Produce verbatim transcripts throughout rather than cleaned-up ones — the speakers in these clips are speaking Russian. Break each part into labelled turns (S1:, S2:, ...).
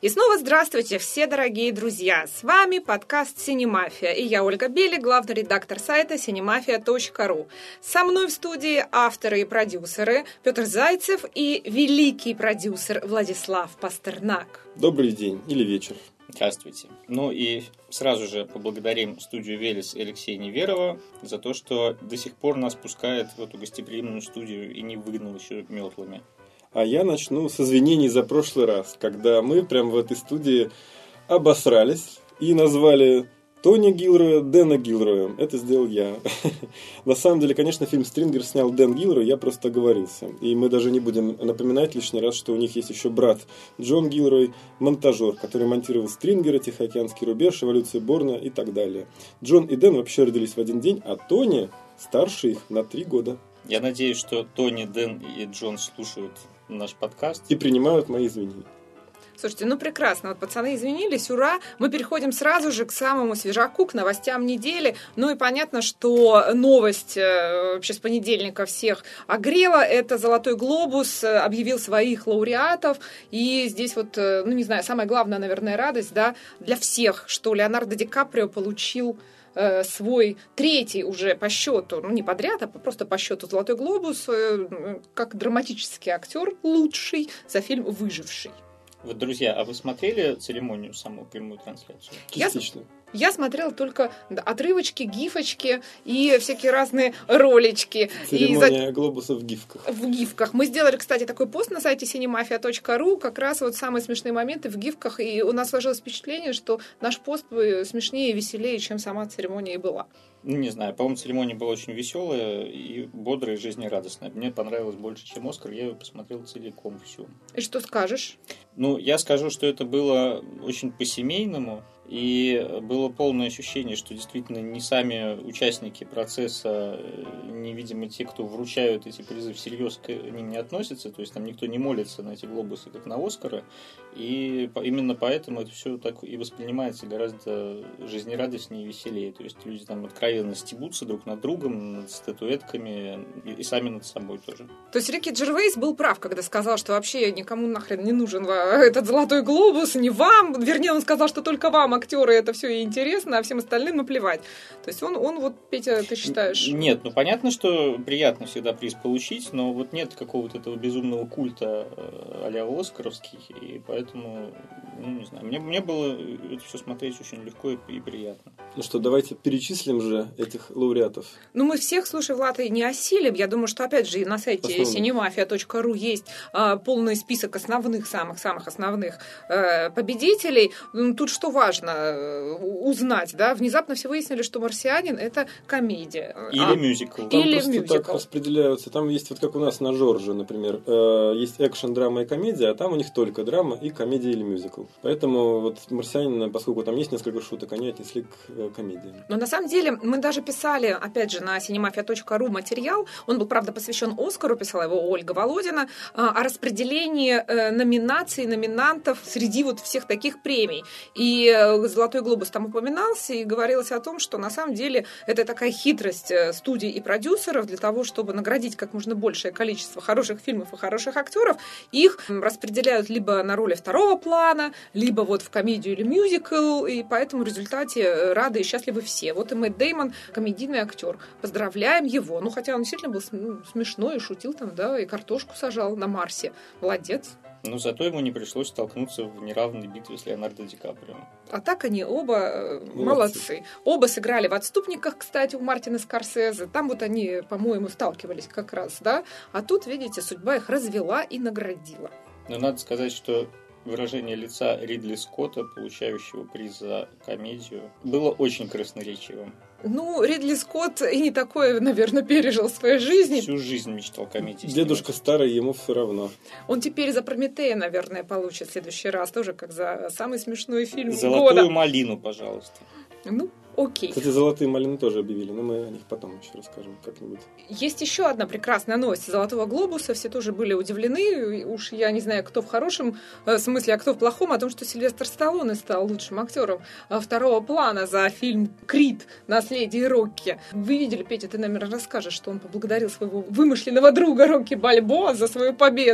S1: И снова здравствуйте, все дорогие друзья! С вами подкаст «Синемафия» и я, Ольга Бели, главный редактор сайта синемафия точка ру. Со мной в студии авторы и продюсеры Петр Зайцев и великий продюсер Владислав Пастернак.
S2: Добрый день или вечер.
S3: Здравствуйте. Ну и сразу же поблагодарим студию «Велес» и Алексея Неверова за то, что до сих пор нас пускает в эту гостеприимную студию и не выгнал еще метлами.
S2: А я начну с извинений за прошлый раз, когда мы прямо в этой студии обосрались и назвали Тони Гилроя Дэна Гилроем. Это сделал я. На самом деле, конечно, фильм «Стрингер» снял Дэн Гилрой, я просто оговорился. И мы даже не будем напоминать лишний раз, что у них есть еще брат Джон Гилрой, монтажер, который монтировал «Стрингера», «Тихоокеанский рубеж», «Эволюцию Борна» и так далее. Джон и Дэн вообще родились в один день, а Тони старше их на три года.
S3: Я надеюсь, что Тони, Дэн и Джон слушают наш подкаст
S2: и принимают мои извинения.
S1: Слушайте, ну прекрасно. Вот пацаны извинились, ура! Мы переходим сразу же к самому свежаку, к новостям недели. Ну и понятно, что новость вообще с понедельника всех огрела. Это «Золотой глобус» объявил своих лауреатов. И здесь вот, ну не знаю, самая главная, наверное, радость, да, для всех, что Леонардо Ди Каприо получил свой третий уже по счету, ну не подряд, а просто по счету «Золотой глобус», как драматический актер лучший за фильм «Выживший».
S3: Вот, друзья, а вы смотрели церемонию, самую прямую трансляцию?
S2: Частично.
S1: Я, я смотрела только отрывочки, гифочки и всякие разные ролички.
S2: Церемония
S1: и за...
S2: глобуса в гифках.
S1: В гифках. Мы сделали, кстати, такой пост на сайте синемафия точка ру, как раз вот самые смешные моменты в гифках, и у нас сложилось впечатление, что наш пост смешнее и веселее, чем сама церемония и была.
S3: Ну, не знаю, по-моему, церемония была очень веселая и бодрая, и жизнерадостная. Мне понравилось больше, чем «Оскар», я ее посмотрел целиком всю.
S1: И что скажешь?
S3: Ну, я скажу, что это было очень по-семейному, и было полное ощущение, что действительно не сами участники процесса, не, видимо, те, кто вручают эти призы, всерьез к ним не относятся, то есть там никто не молится на эти глобусы, как на «Оскара», и именно поэтому это все так и воспринимается гораздо жизнерадостнее и веселее, то есть люди там откровенно стебутся друг над другом, над статуэтками и сами над собой тоже.
S1: То есть Рики Джервейс был прав, когда сказал, что вообще никому нахрен не нужен этот «Золотой глобус», не вам, вернее, он сказал, что только вам, актеры, это все и интересно, а всем остальным наплевать. То есть он, он вот, Петя, ты считаешь...
S3: Нет, ну понятно, что приятно всегда приз получить, но вот нет какого-то этого безумного культа а-ля оскаровский, и поэтому, ну не знаю, мне, мне было это все смотреть очень легко и, и приятно.
S2: Ну что, давайте перечислим же этих лауреатов.
S1: Ну мы всех, слушай, Влад, и не осилим. Я думаю, что опять же на сайте синемафия точка ру есть а, полный список основных, самых-самых основных а, победителей. Тут что важно узнать, да, внезапно все выяснили, что «Марсианин» — это комедия.
S3: Или а, мюзикл.
S2: Там
S1: или
S2: просто
S1: мюзикл.
S2: Так распределяются. Там есть, вот как у нас на Жорже, например, э, есть экшен, драма и комедия, а там у них только драма и комедия или мюзикл. Поэтому вот «Марсианин», поскольку там есть несколько шуток, они отнесли к э, комедии.
S1: Но на самом деле мы даже писали, опять же, на синемафия точка ру материал, он был, правда, посвящен «Оскару», писала его Ольга Володина, о распределении номинаций, номинантов среди вот всех таких премий. И «Золотой глобус» там упоминался, и говорилось о том, что на самом деле это такая хитрость студий и продюсеров для того, чтобы наградить как можно большее количество хороших фильмов и хороших актеров. Их распределяют либо на роли второго плана, либо вот в комедию или мюзикл, и поэтому в результате рады и счастливы все. Вот и Мэтт Дэймон, комедийный актер. Поздравляем его. Ну, хотя он действительно был смешной и шутил там, да, и картошку сажал на Марсе. Молодец.
S3: Но зато ему не пришлось столкнуться в неравной битве с Леонардо Ди Каприо.
S1: А так они оба молодцы. молодцы. Оба сыграли в «Отступниках», кстати, у Мартина Скорсезе. Там вот они, по-моему, сталкивались как раз, да. А тут, видите, судьба их развела и наградила.
S3: Но надо сказать, что выражение лица Ридли Скотта, получающего приз за комедию, было очень красноречивым.
S1: Ну, Ридли Скотт и не такое, наверное, пережил в своей жизни.
S3: Всю жизнь мечтал комедии.
S2: Дедушка старый, ему все равно.
S1: Он теперь за «Прометея», наверное, получит в следующий раз, тоже как за самый смешной фильм
S3: «Золотую
S1: года.
S3: малину», пожалуйста.
S1: Ну, окей.
S2: Кстати, «Золотые малины» тоже объявили, но мы о них потом еще расскажем как-нибудь.
S1: Есть еще одна прекрасная новость «Золотого глобуса». Все тоже были удивлены. Уж я не знаю, кто в хорошем смысле, а кто в плохом, о том, что Сильвестр Сталлоне стал лучшим актером второго плана за фильм «Крид. Наследие Рокки». Вы видели, Петя, ты, наверное, расскажешь, что он поблагодарил своего вымышленного друга Рокки Бальбоа за свою победу.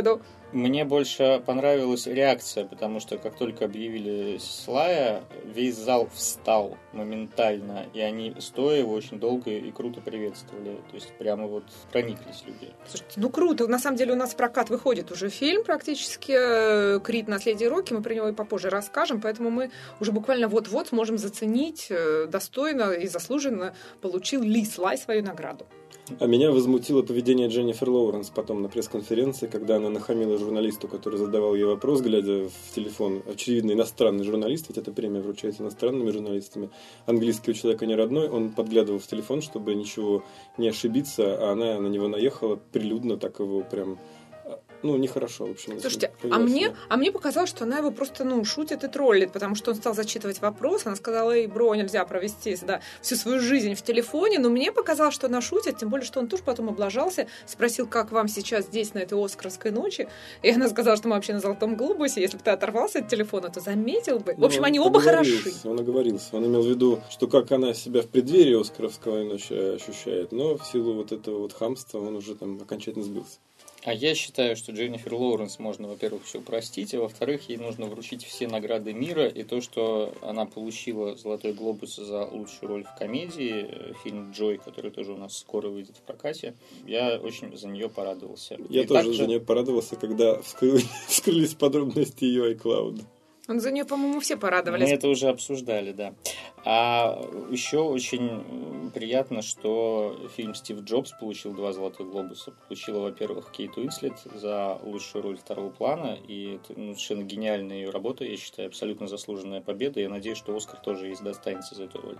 S3: Мне больше понравилась реакция, потому что как только объявили Слая, весь зал встал моментально, и они стоя его очень долго и круто приветствовали. То есть прямо вот прониклись люди.
S1: Слушайте, ну круто. На самом деле у нас в прокат выходит уже фильм практически «Крид. Наследие Рокки». Мы про него и попозже расскажем, поэтому мы уже буквально вот-вот сможем заценить, достойно и заслуженно получил ли Слай свою награду.
S2: А меня возмутило поведение Дженнифер Лоуренс потом на пресс-конференции, когда она нахамила журналисту, который задавал ей вопрос, глядя в телефон. Очевидно, иностранный журналист, ведь эта премия вручается иностранными журналистами. Английский у человека не родной, он подглядывал в телефон, чтобы ничего не ошибиться, а она на него наехала прилюдно, так его прям... Ну, нехорошо, в общем.
S1: Слушайте, а мне, а мне показалось, что она его просто, ну, шутит и троллит, потому что он стал зачитывать вопрос, она сказала: эй, бро, нельзя провести да, всю свою жизнь в телефоне, но мне показалось, что она шутит, тем более, что он тоже потом облажался, спросил, как вам сейчас здесь, на этой Оскаровской ночи, и она сказала, что мы вообще на Золотом глобусе, если бы ты оторвался от телефона, то заметил бы. В общем,
S2: ну,
S1: они оба хороши.
S2: Он оговорился, он имел в виду, что как она себя в преддверии Оскаровской ночи ощущает, но в силу вот этого вот хамства он уже там окончательно сбился.
S3: А я считаю, что Дженнифер Лоуренс можно, во-первых, все простить, а во-вторых, ей нужно вручить все награды мира, и то, что она получила «Золотой глобус» за лучшую роль в комедии, фильм «Джой», который тоже у нас скоро выйдет в прокате, я очень за нее порадовался.
S2: Я
S3: и
S2: тоже
S3: также...
S2: за нее порадовался, когда вскрылись, вскрылись подробности ее iCloud.
S1: Он за нее, по-моему, все порадовались.
S3: Мы это уже обсуждали, да. А еще очень приятно, что фильм «Стив Джобс» получил два «Золотых глобуса». Получила, во-первых, Кейт Уинслет за лучшую роль второго плана. И это ну, совершенно гениальная ее работа, я считаю, абсолютно заслуженная победа. Я надеюсь, что Оскар тоже ей достанется за эту роль.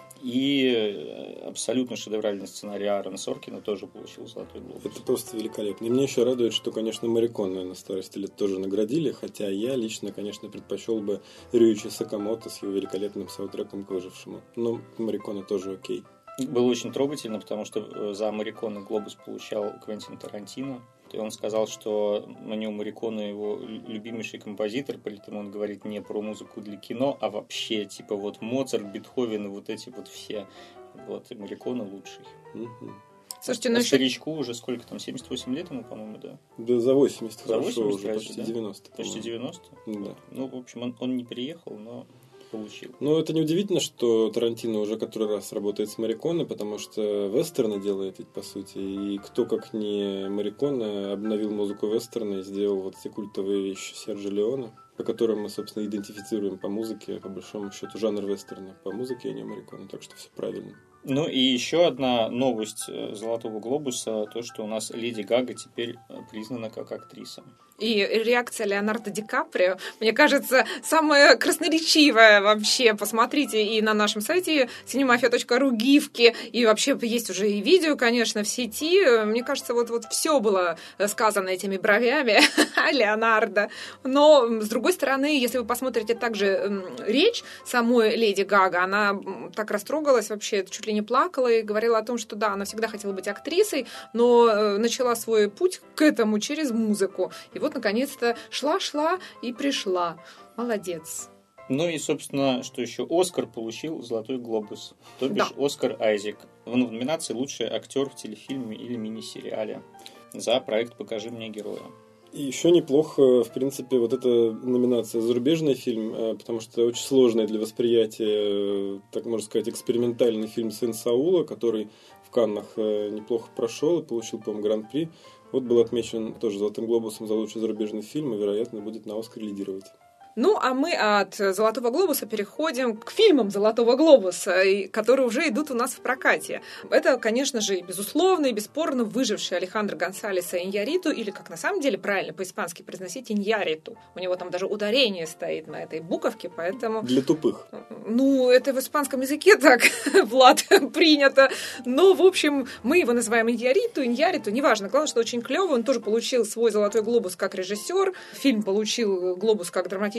S3: И абсолютно шедевральный сценарий Аарона Соркина тоже получил «Золотой глобус».
S2: Это просто великолепно. И мне еще радует, что, конечно, Морриконе на старости лет тоже наградили, хотя я лично, конечно, предпочел бы Рюичи Сакамото с его великолепным саундтреком к «Выжившему». Но Морриконе тоже окей.
S3: Было очень трогательно, потому что за Морриконе глобус получал Квентин Тарантино. И он сказал, что на нем Морриконе его любимейший композитор, поэтому он говорит не про музыку для кино, а вообще, типа вот Моцарт, Бетховен и вот эти вот все. Вот, и Морриконе лучший.
S2: Угу.
S1: Слушайте,
S3: а
S1: ну
S3: старичку еще... уже сколько там, семьдесят восемь лет ему, по-моему, да?
S2: Да за восемьдесят,
S3: за
S2: хорошо,
S3: восемьдесят
S2: уже
S3: разве,
S2: почти
S3: да?
S2: девяносто.
S3: Почти девяносто?
S2: Да.
S3: Ну, в общем, он, он не переехал, но получил.
S2: Ну, это неудивительно, что Тарантино уже который раз работает с Морриконе, потому что вестерны делает ведь, по сути. И кто, как не Морриконе, обновил музыку вестерна и сделал вот эти культовые вещи Серджио Леоне, по которым мы, собственно, идентифицируем по музыке, по большому счету, жанр вестерна. По музыке, а не Морриконе, так что все правильно.
S3: Ну и еще одна новость «Золотого глобуса», то, что у нас Леди Гага теперь признана как актриса.
S1: И реакция Леонардо Ди Каприо, мне кажется, самая красноречивая вообще. Посмотрите и на нашем сайте синемафия точка ру гифки, и вообще есть уже и видео, конечно, в сети. Мне кажется, вот, вот все было сказано этими бровями Леонардо. Но, с другой стороны, если вы посмотрите также речь самой Леди Гага, она так растрогалась вообще, чуть ли не плакала и говорила о том, что да, она всегда хотела быть актрисой, но начала свой путь к этому через музыку. И вот, наконец-то, шла-шла и пришла. Молодец.
S3: Ну и, собственно, что еще? Оскар получил «Золотой глобус», то бишь
S1: да.
S3: Оскар Айзек. В номинации «Лучший актер в телефильме или мини-сериале» за проект «Покажи мне героя».
S2: И еще неплохо, в принципе, вот эта номинация «Зарубежный фильм», потому что очень сложный для восприятия, так можно сказать, экспериментальный фильм «Сын Саула», который в Каннах неплохо прошел и получил, по-моему, гран-при. Вот был отмечен тоже «Золотым глобусом» за лучший зарубежный фильм и, вероятно, будет на «Оскар» лидировать.
S1: Ну, а мы от «Золотого глобуса» переходим к фильмам «Золотого глобуса», которые уже идут у нас в прокате. Это, конечно же, и безусловно, и бесспорно выживший Алехандро Гонсалеса Иньярриту, или, как на самом деле правильно по-испански произносить, Иньярриту. У него там даже ударение стоит на этой буковке, поэтому...
S2: Для тупых.
S1: Ну, это в испанском языке так, Влад, принято. Но, в общем, мы его называем Иньярриту, Иньярриту, неважно. Главное, что очень клёвый. Он тоже получил свой «Золотой глобус» как режиссер. Фильм получил глобус как драматический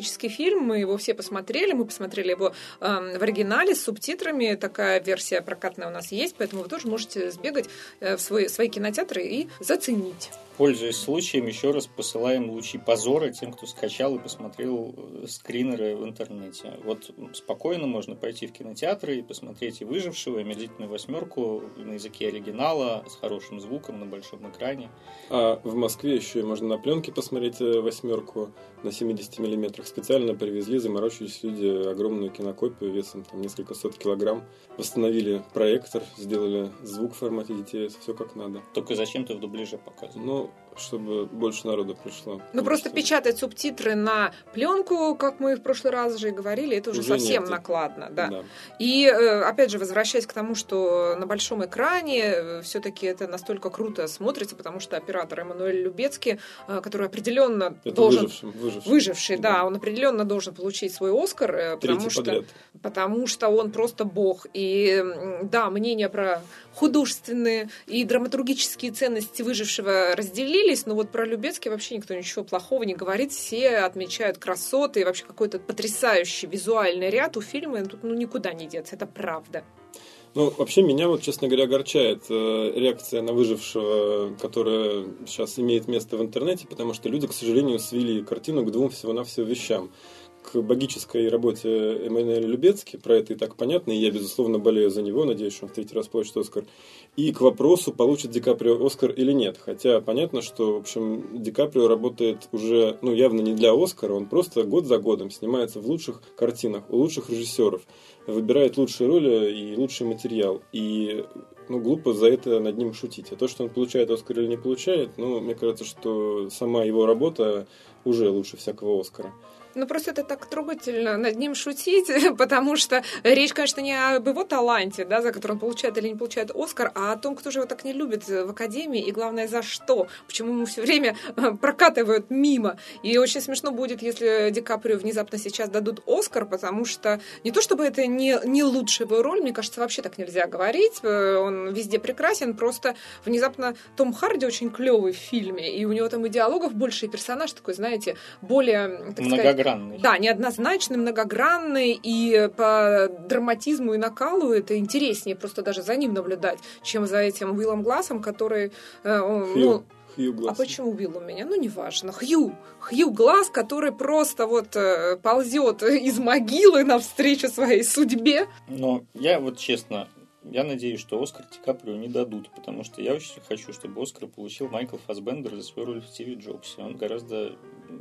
S1: драматургический фильм, мы его все посмотрели, мы посмотрели его э, в оригинале с субтитрами, такая версия прокатная у нас есть, поэтому вы тоже можете сбегать в свой, свои кинотеатры и заценить.
S3: Пользуясь случаем, еще раз посылаем лучи позора тем, кто скачал и посмотрел скринеры в интернете. Вот спокойно можно пойти в кинотеатры и посмотреть и «Выжившего», и «Омерзительную восьмерку» на языке оригинала, с хорошим звуком, на большом экране.
S2: А в Москве еще и можно на пленке посмотреть «Восьмерку» на семьдесят миллиметров. Специально привезли, заморочились люди, огромную кинокопию весом там, несколько сот килограмм. Восстановили проектор, сделали звук в формате ди ти эс, все как надо.
S3: Только зачем-то в дубляже показывают?
S2: Ну, чтобы больше народу пришло.
S1: Ну, просто что... печатать субтитры на пленку, как мы в прошлый раз же и говорили, это уже, уже совсем нет. накладно. Да. Да. И, опять же, возвращаясь к тому, что на большом экране все-таки это настолько круто смотрится, потому что оператор Эммануэль Любецкий, который определенно
S2: это
S1: должен...
S2: Выжившим, выжившим.
S1: Выживший, да. да, он определенно должен получить свой Оскар, потому что, потому что он просто бог. И, да, мнения про художественные и драматургические ценности «Выжившего» разделились, но вот про Любецкий вообще никто ничего плохого не говорит, все отмечают красоты и вообще какой-то потрясающий визуальный ряд у фильма, тут ну, никуда не деться, это правда.
S2: Ну, вообще меня, вот, честно говоря, огорчает э, реакция на «Выжившего», которая сейчас имеет место в интернете, потому что люди, к сожалению, свели картину к двум всего-навсего вещам. К богической работе Эммануэля Любецки, про это и так понятно, и я, безусловно, болею за него, надеюсь, что он в третий раз получит Оскар, и к вопросу, получит Ди Каприо Оскар или нет. Хотя понятно, что, в общем, Ди Каприо работает уже, ну, явно не для Оскара, он просто год за годом снимается в лучших картинах, у лучших режиссеров, выбирает лучшие роли и лучший материал, и... Ну, глупо за это над ним шутить. А то, что он получает Оскар или не получает, ну, мне кажется, что сама его работа уже лучше всякого Оскара.
S1: Ну, просто это так трогательно над ним шутить, потому что речь, конечно, не об его таланте, да, за который он получает или не получает Оскар, а о том, кто же его так не любит в Академии, и главное, за что, почему ему все время прокатывают мимо. И очень смешно будет, если Ди Каприо внезапно сейчас дадут Оскар, потому что не то, чтобы это не, не лучшая его роль, мне кажется, вообще так нельзя говорить, он везде прекрасен, просто внезапно Том Харди очень клевый в фильме, и у него там и диалогов больше, и персонаж такой, знаете, более, так сказать, да, неоднозначный, многогранный, и по драматизму и накалу это интереснее просто даже за ним наблюдать, чем за этим Уиллом Глассом, который... Э,
S2: Хью,
S1: ну,
S2: Хью Гласс.
S1: А почему Уилл у меня? Ну, неважно. Хью. Хью Гласс, который просто вот э, ползет из могилы навстречу своей судьбе.
S3: Но я вот честно... Я надеюсь, что Оскар Ди Каприо не дадут, потому что я очень хочу, чтобы Оскар получил Майкл Фассбендер за свою роль в Стиве Джобсе. Он гораздо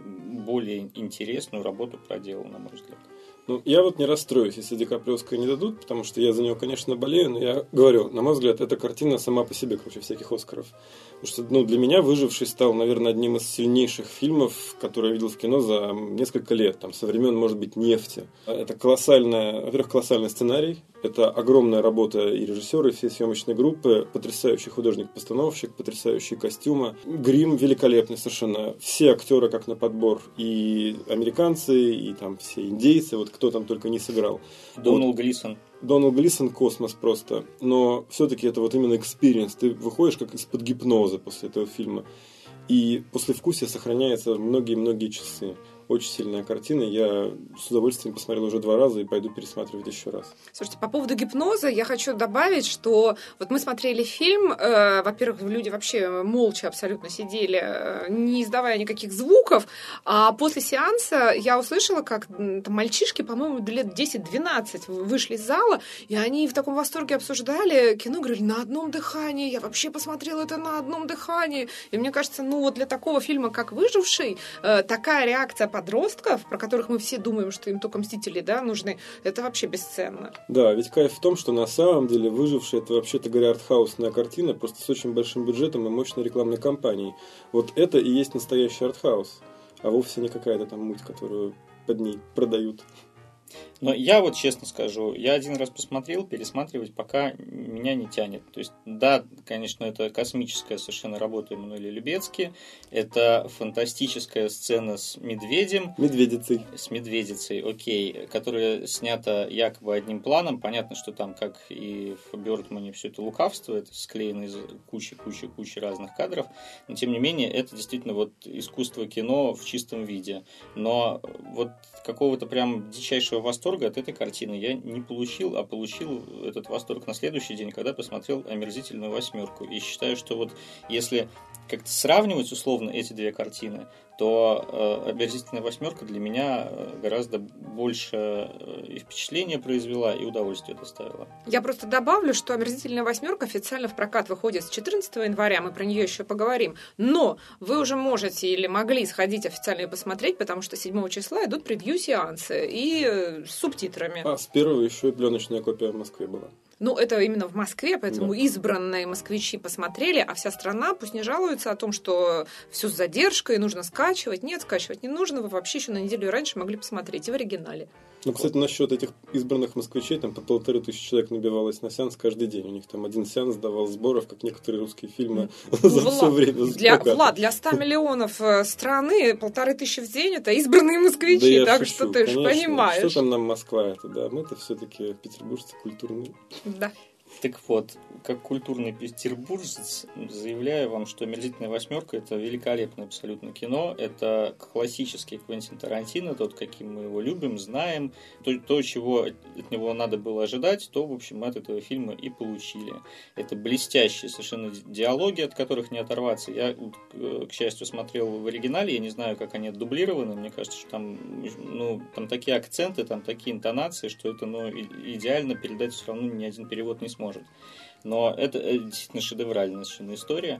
S3: более интересную работу проделал, на мой взгляд.
S2: Ну, я вот не расстроюсь, если Ди Каприо Оскар не дадут, потому что я за него, конечно, болею, но я говорю, на мой взгляд, эта картина сама по себе круче всяких Оскаров. Потому что, ну, для меня «Выживший» стал, наверное, одним из сильнейших фильмов, которые я видел в кино за несколько лет, там, со времен, может быть, «Нефти». Это колоссальная, во-первых, колоссальный сценарий, это огромная работа и режиссера, и всей съемочной группы, потрясающий художник-постановщик, потрясающие костюмы, грим великолепный совершенно, все актеры как на подбор, и американцы, и там все индейцы, вот кто там только не сыграл.
S3: Дональд
S2: вот.
S3: Глисон.
S2: Дональд Глисон космос просто, но все-таки это вот именно экспириенс, ты выходишь как из-под гипноза после этого фильма, и послевкусие сохраняется многие-многие часы. Очень сильная картина. Я с удовольствием посмотрел уже два раза и пойду пересматривать еще раз.
S1: Слушайте, по поводу гипноза я хочу добавить, что вот мы смотрели фильм, э, во-первых, люди вообще молча абсолютно сидели, э, не издавая никаких звуков, а после сеанса я услышала, как там, мальчишки, по-моему, лет десять-двенадцать вышли из зала, и они в таком восторге обсуждали кино, говорили, на одном дыхании, я вообще посмотрела это на одном дыхании. И мне кажется, ну вот для такого фильма, как «Выживший», э, такая реакция подростков, про которых мы все думаем, что им только «Мстители», да, нужны, это вообще бесценно.
S2: Да, ведь кайф в том, что на самом деле «Выживший» — это, вообще-то говоря, артхаусная картина, просто с очень большим бюджетом и мощной рекламной кампанией. Вот это и есть настоящий артхаус, а вовсе не какая-то там муть, которую под ней продают.
S3: Но я вот честно скажу, я один раз посмотрел, пересматривать пока меня не тянет. То есть, да, конечно, это космическая совершенно работа Эммануэля Любецки, это фантастическая сцена с медведем.
S2: Медведицей.
S3: С медведицей, окей, которая снята якобы одним планом. Понятно, что там, как и в Бёрдмане, все это лукавство, это склеено из кучи-кучи-кучи разных кадров. Но, тем не менее, это действительно вот искусство кино в чистом виде. Но вот какого-то прям дичайшего восторга от этой картины я не получил, а получил этот восторг на следующий день, когда посмотрел «Омерзительную восьмерку». И считаю, что вот если как-то сравнивать условно эти две картины, то э, «Омерзительная восьмерка» для меня гораздо больше э, и впечатления произвела, и удовольствие доставила.
S1: Я просто добавлю, что «Омерзительная восьмерка» официально в прокат выходит с четырнадцатого января, мы про нее еще поговорим. Но вы уже можете или могли сходить официально и посмотреть, потому что седьмого числа идут превью-сеансы и э, с субтитрами.
S2: А с первого еще и пленочная копия в Москве была.
S1: Ну, это именно в Москве, поэтому
S2: да.
S1: избранные москвичи посмотрели, а вся страна пусть не жалуется о том, что все с задержкой, нужно скачивать. Нет, скачивать не нужно, вы вообще еще на неделю раньше могли посмотреть и в оригинале.
S2: Ну, кстати, насчет этих избранных москвичей, там по полторы тысячи человек набивалось на сеанс каждый день. У них там один сеанс давал сборов, как некоторые русские фильмы
S1: ну,
S2: за
S1: Влад,
S2: все время.
S1: Для, Влад, для ста миллионов страны полторы тысячи в день это избранные москвичи,
S2: да
S1: так
S2: шучу,
S1: что ты же понимаешь.
S2: Что там нам Москва это, да? Мы-то все-таки петербуржцы культурные.
S1: Да.
S3: Так вот, как культурный петербуржец, заявляю вам, что «Омерзительная восьмерка» — это великолепное абсолютно кино, это классический Квентин Тарантино, тот, каким мы его любим, знаем, то, то, чего от него надо было ожидать, то, в общем, мы от этого фильма и получили. Это блестящие совершенно диалоги, от которых не оторваться. Я, к счастью, смотрел в оригинале, я не знаю, как они отдублированы, мне кажется, что там, ну, там такие акценты, там такие интонации, что это, ну, идеально передать все равно ни один перевод не сможет. Может. Но это действительно шедевральная совершенно история.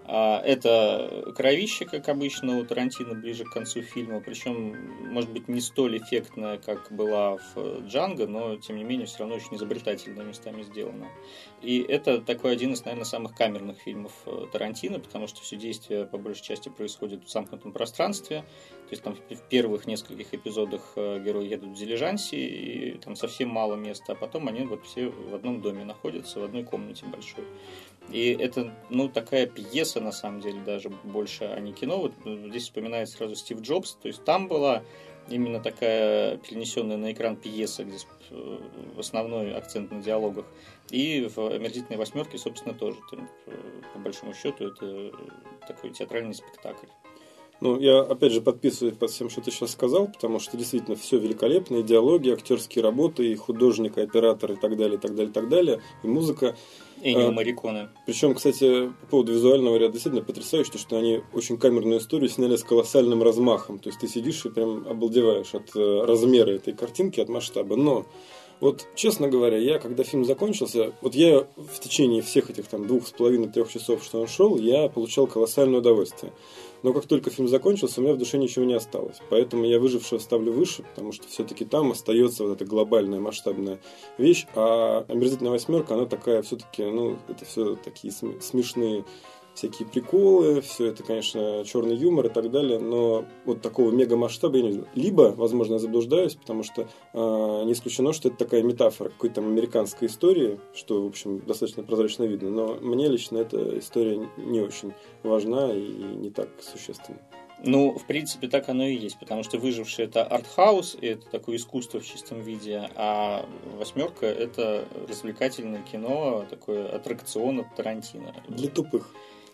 S3: Это кровище, как обычно у Тарантино ближе к концу фильма, причем, может быть, не столь эффектная, как была в «Джанго», но, тем не менее, все равно очень изобретательно местами сделано. И это такой один из, наверное, самых камерных фильмов Тарантино, потому что все действие, по большей части, происходит в замкнутом пространстве. То есть там в первых нескольких эпизодах герои едут в дилижансе, и там совсем мало места, а потом они вот все в одном доме находятся, в одной комнате большой. И это, ну, такая пьеса, на самом деле, даже больше, а не кино. Вот здесь вспоминается сразу Стив Джобс. То есть там была именно такая перенесенная на экран пьеса, где основной акцент на диалогах. И в «Омерзительной восьмерке», собственно, тоже. По большому счету, это такой театральный спектакль.
S2: Ну, я, опять же, подписываюсь под всем, что ты сейчас сказал, потому что действительно все великолепно, и диалоги, актерские работы, и художник, и оператор, и так далее, и так далее, и так далее, и музыка.
S3: Эннио Морриконе.
S2: Причем, кстати, по поводу визуального ряда действительно потрясающе, что они очень камерную историю сняли с колоссальным размахом. То есть ты сидишь и прям обалдеваешь от размера этой картинки, от масштаба. Но вот, честно говоря, я, когда фильм закончился, вот я в течение всех этих там двух с половиной трех часов, что он шел, я получал колоссальное удовольствие. Но как только фильм закончился, у меня в душе ничего не осталось. Поэтому я «Выжившего» ставлю выше, потому что все-таки там остается вот эта глобальная масштабная вещь. А «Омерзительная восьмерка», она такая все-таки, ну, это все такие смешные всякие приколы, все это, конечно, черный юмор и так далее, но вот такого мега-масштаба я не видел. Либо, возможно, я заблуждаюсь, потому что э, не исключено, что это такая метафора какой-то там американской истории, что, в общем, достаточно прозрачно видно, но мне лично эта история не очень важна и не так существенна.
S3: Ну, в принципе, так оно и есть, потому что «Выживший» — это артхаус, и это такое искусство в чистом виде, а «Восьмерка» — это развлекательное кино, такой аттракцион от Тарантино.
S2: Для тупых.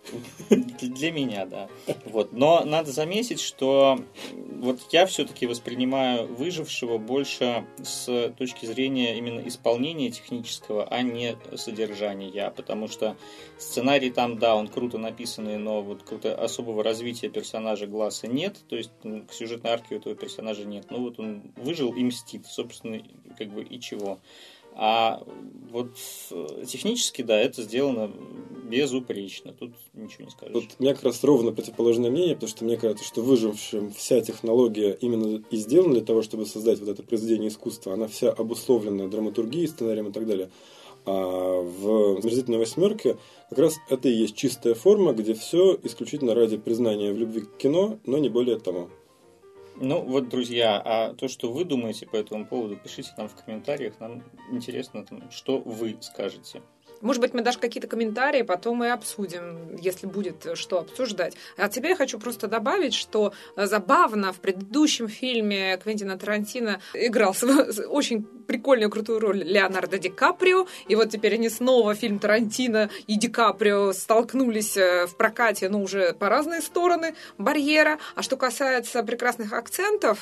S3: Для меня, да. Вот. Но надо заметить, что вот я все-таки воспринимаю «Выжившего» больше с точки зрения именно исполнения технического, а не содержания, потому что сценарий там, да, он круто написанный, но вот какого-то особого развития персонажа Гласса нет, то есть к сюжетной арке у этого персонажа нет. Ну вот он выжил и мстит, собственно, как бы и чего. А вот технически, да, это сделано безупречно. Тут ничего не скажешь.
S2: Вот у меня как раз ровно противоположное мнение, потому что мне кажется, что «Выжившим» вся технология именно и сделана для того, чтобы создать вот это произведение искусства. Она вся обусловлена драматургией, сценарием и так далее. А в «Омерзительной восьмерке» как раз это и есть чистая форма, где все исключительно ради признания в любви к кино, но не более того.
S3: Ну вот, друзья, а то, что вы думаете по этому поводу, пишите нам в комментариях. Нам интересно, что вы скажете.
S1: Может быть, мы даже какие-то комментарии потом и обсудим, если будет что обсуждать. А тебе я хочу просто добавить, что забавно, в предыдущем фильме Квентина Тарантино играл очень прикольную, крутую роль Леонардо Ди Каприо, и вот теперь они снова, фильм Тарантино и Ди Каприо, столкнулись в прокате, но уже по разные стороны барьера. А что касается прекрасных акцентов,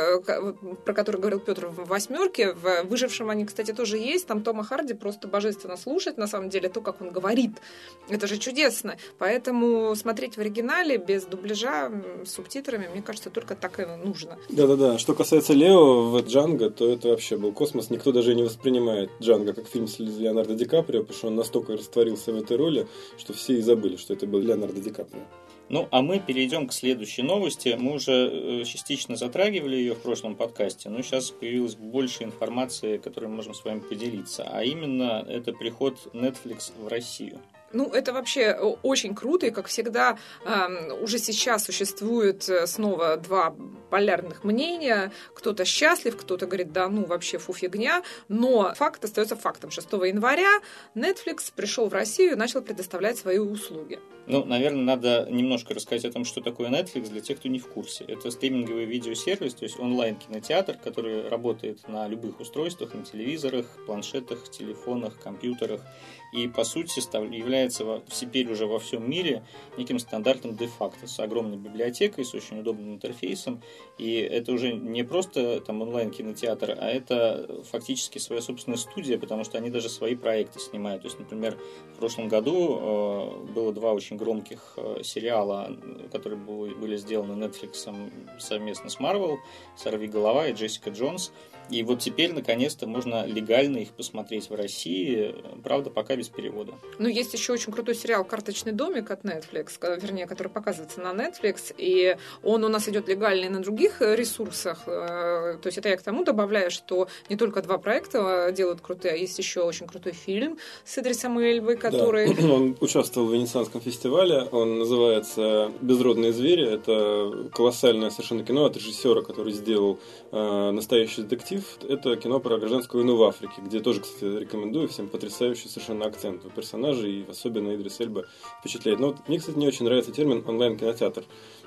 S1: про которые говорил Петр в «Восьмерке», в «Выжившем» они, кстати, тоже есть, там Тома Харди просто божественно слушать, на самом деле, то, как он говорит, это же чудесно. Поэтому смотреть в оригинале без дубляжа с субтитрами, мне кажется, только так и нужно.
S2: Да-да-да. Что касается Лео в «Джанго», то это вообще был космос. Никто даже не воспринимает «Джанго» как фильм с Леонардо Ди Каприо, потому что он настолько растворился в этой роли, что все и забыли, что это был Леонардо Ди Каприо.
S3: Ну, а мы перейдем к следующей новости. Мы уже частично затрагивали ее в прошлом подкасте, но сейчас появилось больше информации, которой мы можем с вами поделиться. А именно, это приход Netflix в Россию.
S1: Ну, это вообще очень круто, и, как всегда, уже сейчас существует снова два полярных мнения. Кто-то счастлив, кто-то говорит, да ну, вообще фу, фигня. Но факт остается фактом. шестого января Netflix пришел в Россию и начал предоставлять свои услуги.
S3: Ну, наверное, надо немножко рассказать о том, что такое Netflix, для тех, кто не в курсе. Это стриминговый видеосервис, то есть онлайн-кинотеатр, который работает на любых устройствах, на телевизорах, планшетах, телефонах, компьютерах. И, по сути, является теперь уже во всем мире неким стандартом де-факто, с огромной библиотекой, с очень удобным интерфейсом. И это уже не просто там онлайн-кинотеатр, а это фактически своя собственная студия, потому что они даже свои проекты снимают. То есть, например, в прошлом году э, было два очень громких э, сериала, которые были сделаны Netflix совместно с Marvel, «Сорви голова» и «Джессика Джонс». И вот теперь, наконец-то, можно легально их посмотреть в России, правда, пока без перевода.
S1: Ну, есть еще очень крутой сериал «Карточный домик» от Netflix, вернее, который показывается на Netflix, и он у нас идет легально и на других ресурсах. То есть это я к тому добавляю, что не только два проекта делают крутые, а есть еще очень крутой фильм с Идрисом Эльбой, который...
S2: Да. Он участвовал в Венецианском фестивале, он называется «Безродные звери». Это колоссальное совершенно кино от режиссера, который сделал э, «Настоящий детектив». Это кино про гражданскую войну в Африке, где тоже, кстати, рекомендую всем потрясающий совершенно акцент у персонажей, и особенно Идрис Эльба впечатляет. Но вот мне, кстати, не очень нравится термин онлайн-кинотеатр.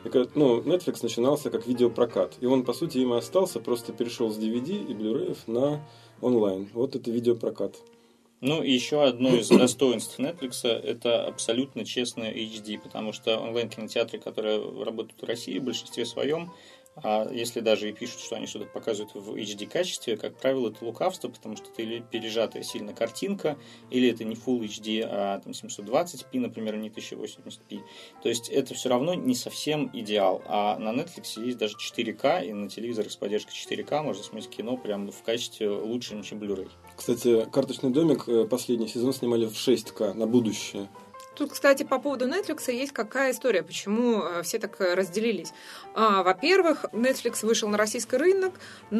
S2: Ну, Netflix начинался как видеопрокат, и он, по сути, им и остался, просто перешел с ди ви ди и Blu-ray на онлайн. Вот это видеопрокат.
S3: Ну, и еще одно из достоинств Netflix – это абсолютно честное эйч ди, потому что онлайн-кинотеатры, которые работают в России, в большинстве своем, а если даже и пишут, что они что-то показывают в эйч ди качестве, как правило, это лукавство, потому что это или пережатая сильно картинка, или это не Full эйч ди, а там, семьсот двадцать пи, например, не тысяча восемьдесят пи. То есть это все равно не совсем идеал. А на Netflix есть даже четыре ка, и на телевизорах с поддержкой четыре ка можно смотреть кино прямо в качестве лучше, чем Blu-ray.
S2: Кстати, «Карточный домик» последний сезон снимали в шесть ка на будущее.
S1: Тут, кстати, по поводу Netflix есть какая история, почему все так разделились. Во-первых, Netflix вышел на российский рынок,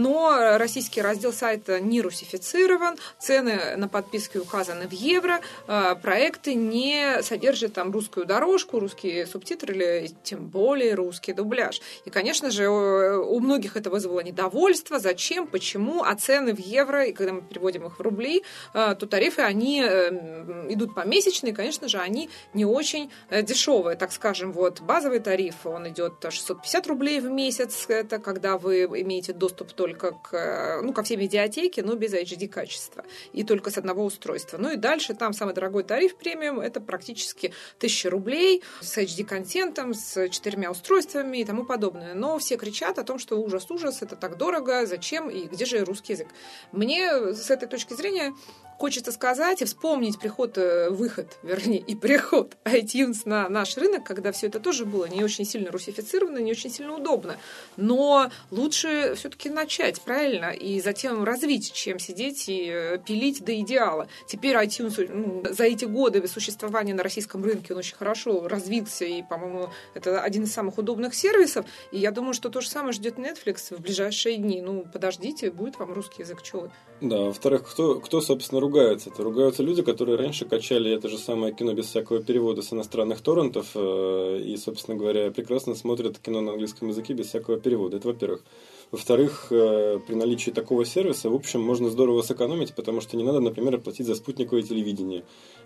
S1: но российский раздел сайта не русифицирован, цены на подписки указаны в евро, проекты не содержат там русскую дорожку, русские субтитры или тем более русский дубляж. И, конечно же, у многих это вызвало недовольство, зачем, почему, а цены в евро, и когда мы переводим их в рубли, то тарифы, они идут помесячные, конечно же, они не очень дешевые, так скажем, вот базовый тариф, он идет шестьсот пятьдесят рублей в месяц, это когда вы имеете доступ только к, ну, ко всей медиатеке, но без эйч ди качества, и только с одного устройства. Ну и дальше там самый дорогой тариф премиум, это практически тысяча рублей с эйч ди контентом, с четырьмя устройствами и тому подобное. Но все кричат о том, что ужас-ужас, это так дорого, зачем и где же русский язык. Мне с этой точки зрения хочется сказать и вспомнить приход, выход, вернее, и приход iTunes на наш рынок, когда все это тоже было не очень сильно русифицировано, не очень сильно удобно. Но лучше все-таки начать, правильно, и затем развить, чем сидеть и пилить до идеала. Теперь iTunes, ну, за эти годы существования на российском рынке он очень хорошо развился, и, по-моему, это один из самых удобных сервисов. И я думаю, что то же самое ждет Netflix в ближайшие дни. Ну, подождите, будет вам русский язык, чего вы?
S2: Да, во-вторых, кто, кто, собственно, ругаются? Это ругаются люди, которые раньше качали это же самое кино без всякого перевода с иностранных торрентов и, собственно говоря, прекрасно смотрят кино на английском языке без всякого перевода. Это во-первых. Во-вторых, при наличии такого сервиса, в общем, можно здорово сэкономить, потому что не надо, например, платить за спутниковое телевидение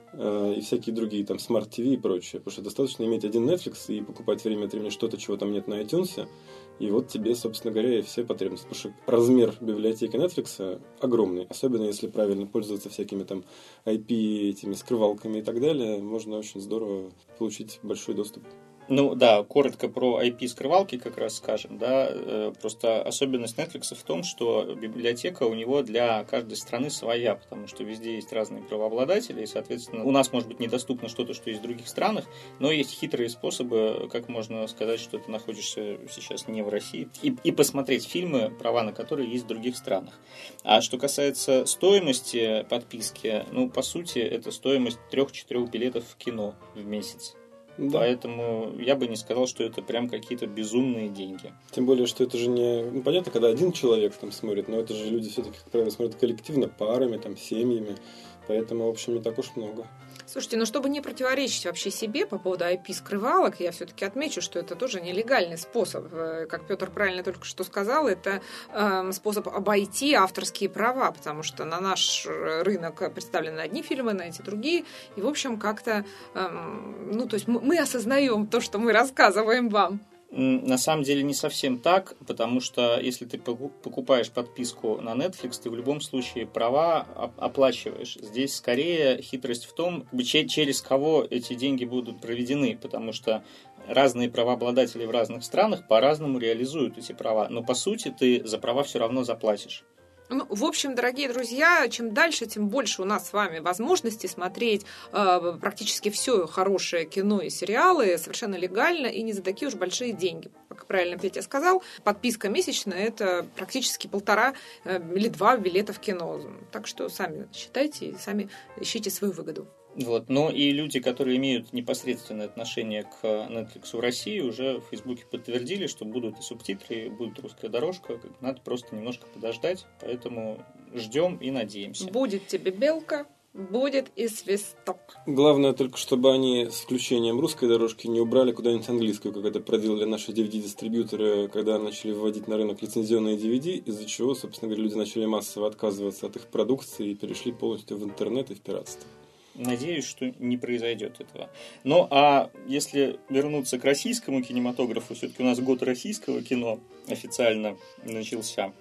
S2: и всякие другие, там, смарт-ТВ и прочее. Потому что достаточно иметь один Netflix и покупать время от времени что-то, чего там нет на iTunes, и вот тебе, собственно говоря, и все потребности. Потому что размер библиотеки Netflix огромный, особенно если правильно пользоваться всякими там ай пи, этими скрывалками и так далее, можно очень здорово получить большой доступ.
S3: Ну да, коротко про ай пи-скрывалки как раз скажем, да, просто особенность Netflix в том, что библиотека у него для каждой страны своя, потому что везде есть разные правообладатели, и, соответственно, у нас может быть недоступно что-то, что есть в других странах, но есть хитрые способы, как можно сказать, что ты находишься сейчас не в России, и, и посмотреть фильмы, права на которые есть в других странах. А что касается стоимости подписки, ну, по сути, это стоимость трех-четырех билетов в кино в месяц. Да. Поэтому я бы не сказал, что это прям какие-то безумные деньги.
S2: Тем более, что это же не... Ну, понятно, когда один человек там смотрит, но это же люди все-таки, как правило, смотрят коллективно, парами, там, семьями. Поэтому, в общем, не так уж много.
S1: Слушайте, ну чтобы не противоречить вообще себе по поводу ай пи-скрывалок, я все-таки отмечу, что это тоже нелегальный способ. Как Петр правильно только что сказал, это э, способ обойти авторские права, потому что на наш рынок представлены одни фильмы, на эти другие. И, в общем, как-то... Э, ну, то есть мы, мы осознаем то, что мы рассказываем вам.
S3: На самом деле не совсем так, потому что если ты покупаешь подписку на Netflix, ты в любом случае права оплачиваешь. Здесь скорее хитрость в том, через кого эти деньги будут проведены, потому что разные правообладатели в разных странах по-разному реализуют эти права, но по сути ты за права все равно заплатишь.
S1: Ну, в общем, дорогие друзья, чем дальше, тем больше у нас с вами возможностей смотреть э, практически все хорошее кино и сериалы совершенно легально и не за такие уж большие деньги. Как правильно Петя сказал, подписка месячная – это практически полтора э, или два билета в кино. Так что сами считайте и сами ищите свою выгоду.
S3: Вот. Но и люди, которые имеют непосредственное отношение к Netflix в России, уже в Фейсбуке подтвердили, что будут и субтитры, и будет русская дорожка. Надо просто немножко подождать, поэтому ждем и надеемся.
S1: Будет тебе белка, будет и свисток.
S2: Главное только, чтобы они с включением русской дорожки не убрали куда-нибудь английскую, как это проделали наши ди ви ди-дистрибьюторы, когда начали выводить на рынок лицензионные ди ви ди, из-за чего, собственно говоря, люди начали массово отказываться от их продукции и перешли полностью в интернет и в пиратство.
S3: Надеюсь, что не произойдет этого. Ну, а если вернуться к российскому кинематографу, все-таки у нас год российского кино официально начался,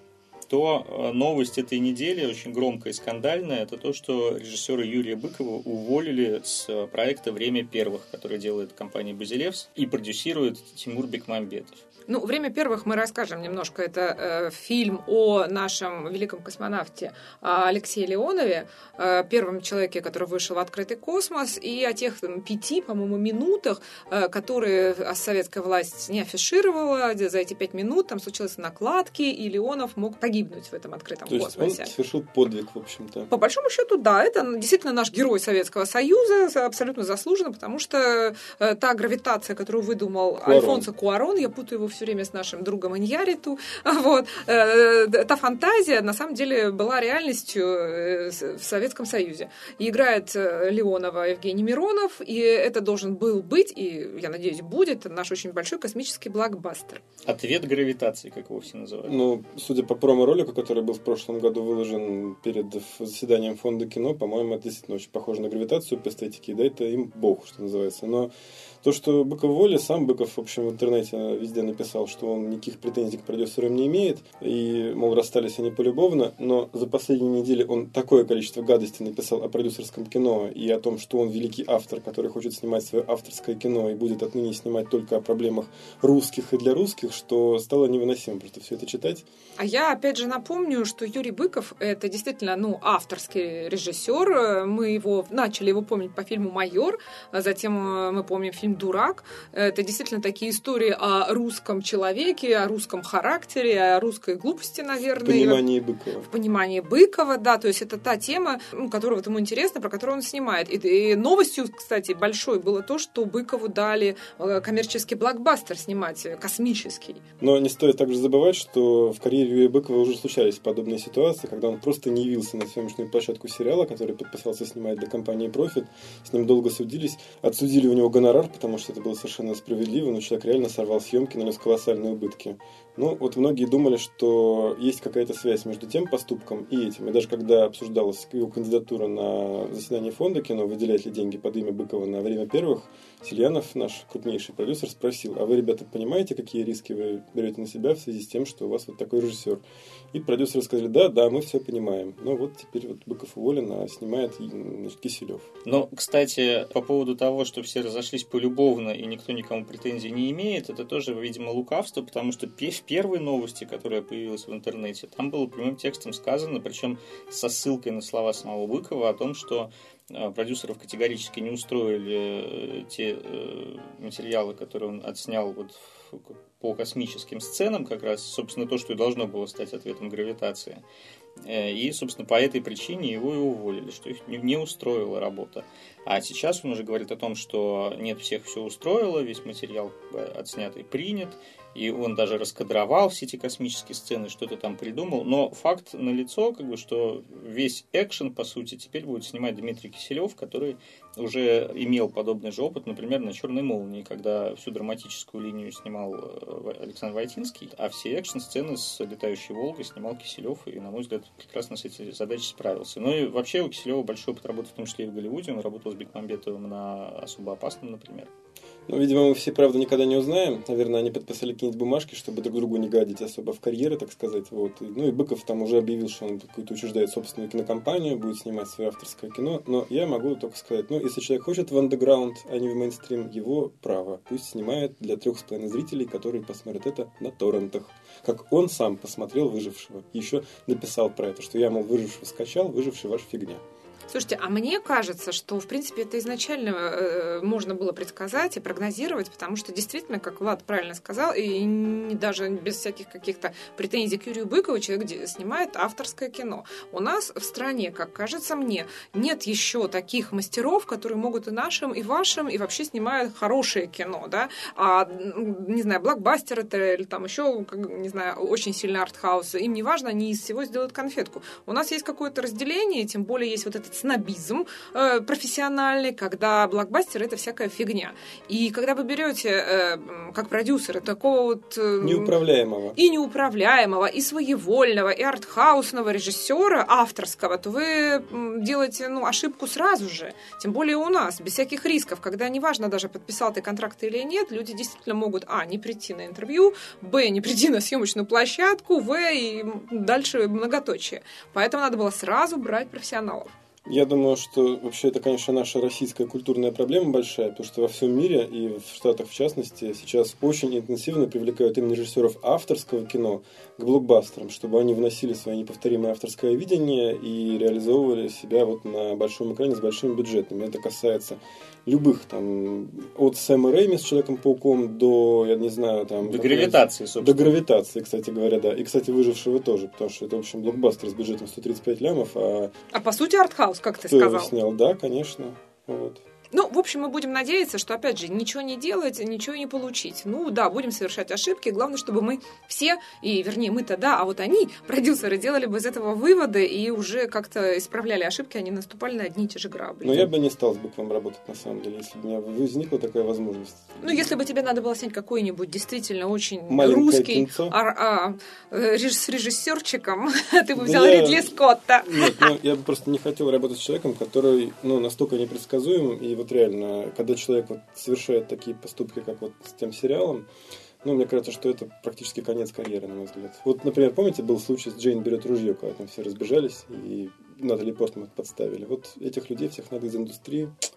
S3: то новость этой недели, очень громкая и скандальная, это то, что режиссера Юрия Быкова уволили с проекта «Время первых», который делает компания «Базилевс» и продюсирует Тимур Бекмамбетов.
S1: Ну, «Время первых» мы расскажем немножко. Это э, фильм о нашем великом космонавте Алексее Леонове, э, первом человеке, который вышел в открытый космос, и о тех там, пяти, по-моему, минутах, э, которые советская власть не афишировала. За эти пять минут там случились накладки, и Леонов мог погибнуть в этом открытом
S2: То
S1: космосе.
S2: То есть он совершил подвиг, в общем-то.
S1: По большому счету, да. Это действительно наш герой Советского Союза, абсолютно заслуженно, потому что э, та гравитация, которую выдумал
S2: Куарон.
S1: Альфонсо Куарон, я путаю его все время с нашим другом Иньярриту. Вот. Та фантазия, на самом деле, была реальностью в Советском Союзе. И играет Леонова Евгений Миронов, и это должен был быть, и, я надеюсь, будет наш очень большой космический блокбастер.
S3: Ответ гравитации, как его все называют.
S2: Ну, судя по промо-ролику, который был в прошлом году выложен перед заседанием фонда кино, по-моему, это действительно очень похоже на гравитацию по эстетике, да, это им бог, что называется. Но то, что Быков уволили, сам Быков, в общем, в интернете везде написал, что он никаких претензий к продюсерам не имеет, и, мол, расстались они полюбовно, но за последние недели он такое количество гадостей написал о продюсерском кино и о том, что он великий автор, который хочет снимать свое авторское кино и будет отныне снимать только о проблемах русских и для русских, что стало невыносимо просто все это читать.
S1: А я, опять же, напомню, что Юрий Быков – это действительно, ну, авторский режиссер. Мы его начали его помнить по фильму «Майор», а затем мы помним фильм фильм «Дурак». Это действительно такие истории о русском человеке, о русском характере, о русской глупости, наверное.
S2: В понимании Быкова.
S1: В понимании Быкова, да. То есть это та тема, ну, которая вот ему интересна, про которую он снимает. И, и новостью, кстати, большой было то, что Быкову дали коммерческий блокбастер снимать, космический.
S2: Но не стоит также забывать, что в карьере Юрия Быкова уже случались подобные ситуации, когда он просто не явился на съемочную площадку сериала, который подписался снимать для компании «Профит». С ним долго судились. Отсудили у него гонорар, потому что это было совершенно справедливо, но человек реально сорвал съемки, нанес колоссальные убытки. Ну, вот многие думали, что есть какая-то связь между тем поступком и этим. И даже когда обсуждалась его кандидатура на заседании фонда кино, выделять ли деньги под имя Быкова на время первых, Сельянов, наш крупнейший продюсер, спросил: а вы, ребята, понимаете, какие риски вы берете на себя в связи с тем, что у вас вот такой режиссер? И продюсеры сказали: да, да, мы все понимаем. Но вот теперь вот Быков уволен, а снимает, значит, Киселев.
S3: Но, кстати, по поводу того, что все разошлись полюбовно и никто никому претензий не имеет, это тоже, видимо, лукавство, потому что в первой новости, которая появилась в интернете, там было прямым текстом сказано, причем со ссылкой на слова самого Быкова, о том, что продюсеров категорически не устроили те материалы, которые он отснял вот по космическим сценам, как раз, собственно, то, что и должно было стать ответом гравитации. И, собственно, по этой причине его и уволили, что их не устроила работа. А сейчас он уже говорит о том, что нет, всех все устроило, весь материал отснятый принят, и он даже раскадровал все эти космические сцены, что-то там придумал. Но факт налицо, как бы, что весь экшен, по сути, теперь будет снимать Дмитрий Киселев, который уже имел подобный же опыт, например, на «Черной молнии», когда всю драматическую линию снимал Александр Войтинский, а все экшн-сцены с «Летающей Волгой» снимал Киселев, и, на мой взгляд, прекрасно с этой задачей справился. Ну и вообще у Киселева большой опыт работы, в том числе и в Голливуде. Он работал с Бекмамбетовым на «Особо опасном», например.
S2: Ну, видимо, мы все, правда, никогда не узнаем. Наверное, они подписали какие-нибудь бумажки, чтобы друг другу не гадить особо в карьере, так сказать. Вот. И, ну и Быков там уже объявил, что он какую-то учреждает собственную кинокомпанию, будет снимать свое авторское кино. Но я могу только сказать, ну, если человек хочет в андеграунд, а не в мейнстрим, его право. Пусть снимает для трех с половиной зрителей, которые посмотрят это на торрентах. Как он сам посмотрел «Выжившего». Еще написал про это, что я, мол, «Выжившего» скачал, «Выживший» ваша фигня.
S1: Слушайте, а мне кажется, что, в принципе, это изначально э, можно было предсказать и прогнозировать, потому что действительно, как Влад правильно сказал, и не, даже без всяких каких-то претензий к Юрию Быкову, человек снимает авторское кино. У нас в стране, как кажется мне, нет еще таких мастеров, которые могут и нашим, и вашим, и вообще снимают хорошее кино, да, а, не знаю, блокбастер это или там еще, не знаю, очень сильный артхаус, им не важно, они из всего сделают конфетку. У нас есть какое-то разделение, тем более есть вот этот снобизм э, профессиональный, когда блокбастер — это всякая фигня. И когда вы берете, э, как продюсеры, такого вот... Э,
S2: неуправляемого.
S1: И неуправляемого, и своевольного, и артхаусного режиссера авторского, то вы делаете, ну, ошибку сразу же. Тем более у нас, без всяких рисков, когда неважно даже, подписал ты контракт или нет, люди действительно могут, а, не прийти на интервью, б, не прийти на съемочную площадку, в, и дальше многоточие. Поэтому надо было сразу брать профессионалов.
S2: Я думаю, что вообще это, конечно, наша российская культурная проблема большая, потому что во всем мире, и в Штатах в частности, сейчас очень интенсивно привлекают именно режиссеров авторского кино к блокбастерам, чтобы они вносили свое неповторимое авторское видение и реализовывали себя вот на большом экране с большими бюджетами. Это касается любых, там, от Сэма Рэйми с Человеком-пауком до, я не знаю, там...
S3: До гравитации, собственно.
S2: До гравитации, кстати говоря, да. И, кстати, «Выжившего» тоже, потому что это, в общем, блокбастер с бюджетом сто тридцать пять лямов, а...
S1: А по сути артхаус, как ты
S2: Кто
S1: сказал.
S2: его снял? Да, конечно. Вот.
S1: Ну, в общем, мы будем надеяться, что, опять же, ничего не делать, ничего не получить. Ну, да, будем совершать ошибки. Главное, чтобы мы все, и, вернее, мы-то, да, а вот они, продюсеры, делали бы из этого выводы и уже как-то исправляли ошибки, они наступали на одни и те же грабли.
S2: Но я бы не стал с Быковым работать, на самом деле, если бы у меня возникла такая возможность.
S1: Ну, если бы тебе надо было снять какой-нибудь действительно очень
S2: маленькое
S1: русский
S2: а,
S1: а, с режиссерчиком, ты бы взял я... Ридли Скотта.
S2: Нет, ну, я бы просто не хотел работать с человеком, который, ну, настолько непредсказуем, и вот реально, когда человек вот совершает такие поступки, как вот с тем сериалом, ну, мне кажется, что это практически конец карьеры, на мой взгляд. Вот, например, помните, был случай с «Джейн берет ружье», когда там все разбежались и Натали Портман подставили. Вот этих людей всех надо из индустрии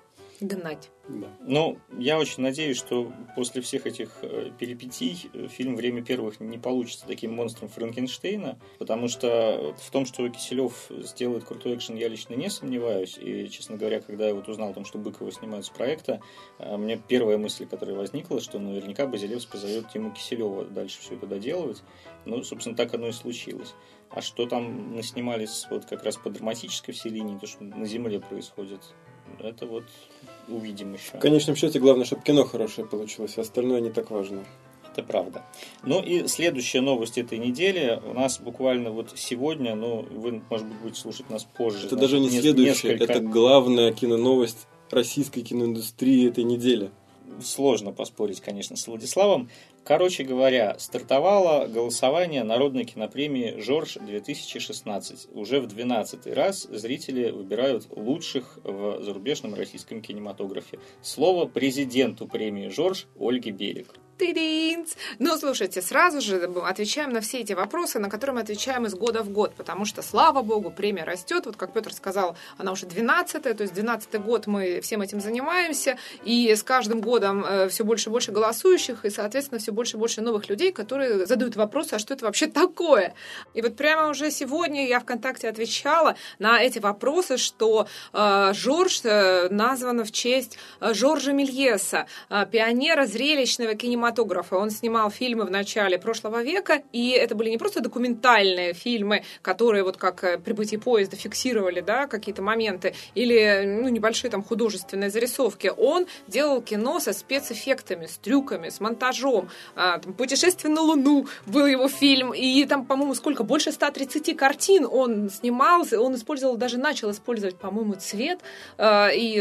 S1: гнать.
S2: Да.
S3: Ну, я очень надеюсь, что после всех этих перипетий фильм «Время первых» не получится таким монстром Франкенштейна, потому что в том, что Киселев сделает крутой экшен, я лично не сомневаюсь. И, честно говоря, когда я вот узнал о том, что Быкова снимают с проекта, мне первая мысль, которая возникла, что наверняка Базилевс позовет Тиму Киселева дальше все это доделывать. Ну, собственно, так оно и случилось. А что там наснимались вот как раз по драматической всей линии, то, что на Земле происходит, это вот увидим еще.
S2: В конечном счете, главное, чтобы кино хорошее получилось, а остальное не так важно.
S3: Это правда. Ну и следующая новость этой недели у нас буквально вот сегодня, ну, вы, может быть, будете слушать нас позже.
S2: Это
S3: значит,
S2: даже не следующая,
S3: несколько...
S2: это главная киноновость российской киноиндустрии этой недели.
S3: Сложно поспорить, конечно, с Владиславом. Короче говоря, стартовало голосование Народной кинопремии «Жорж-две тысячи шестнадцать». Уже в двенадцатый раз зрители выбирают лучших в зарубежном российском кинематографе. Слово президенту премии «Жорж» Ольге Белик.
S1: Тыринц. Ну, слушайте, сразу же отвечаем на все эти вопросы, на которые мы отвечаем из года в год, потому что, слава богу, премия растет. Вот как Петр сказал, она уже двенадцатая, то есть двенадцатый год мы всем этим занимаемся, и с каждым годом все больше и больше голосующих, и, соответственно, все больше и больше новых людей, которые задают вопросы, а что это вообще такое? И вот прямо уже сегодня я ВКонтакте отвечала на эти вопросы, что э, Жорж э, назван в честь э, Жоржа Мельеса, э, пионера зрелищного кинематографа. Он снимал фильмы в начале прошлого века, и это были не просто документальные фильмы, которые вот как «Прибытие поезда» фиксировали, да, какие-то моменты, или ну, небольшие там художественные зарисовки. Он делал кино со спецэффектами, с трюками, с монтажом. А, там, «Путешествие на Луну» был его фильм, и там, по-моему, сколько? Больше ста тридцати картин он снимал, он использовал, даже начал использовать, по-моему, цвет. А, и,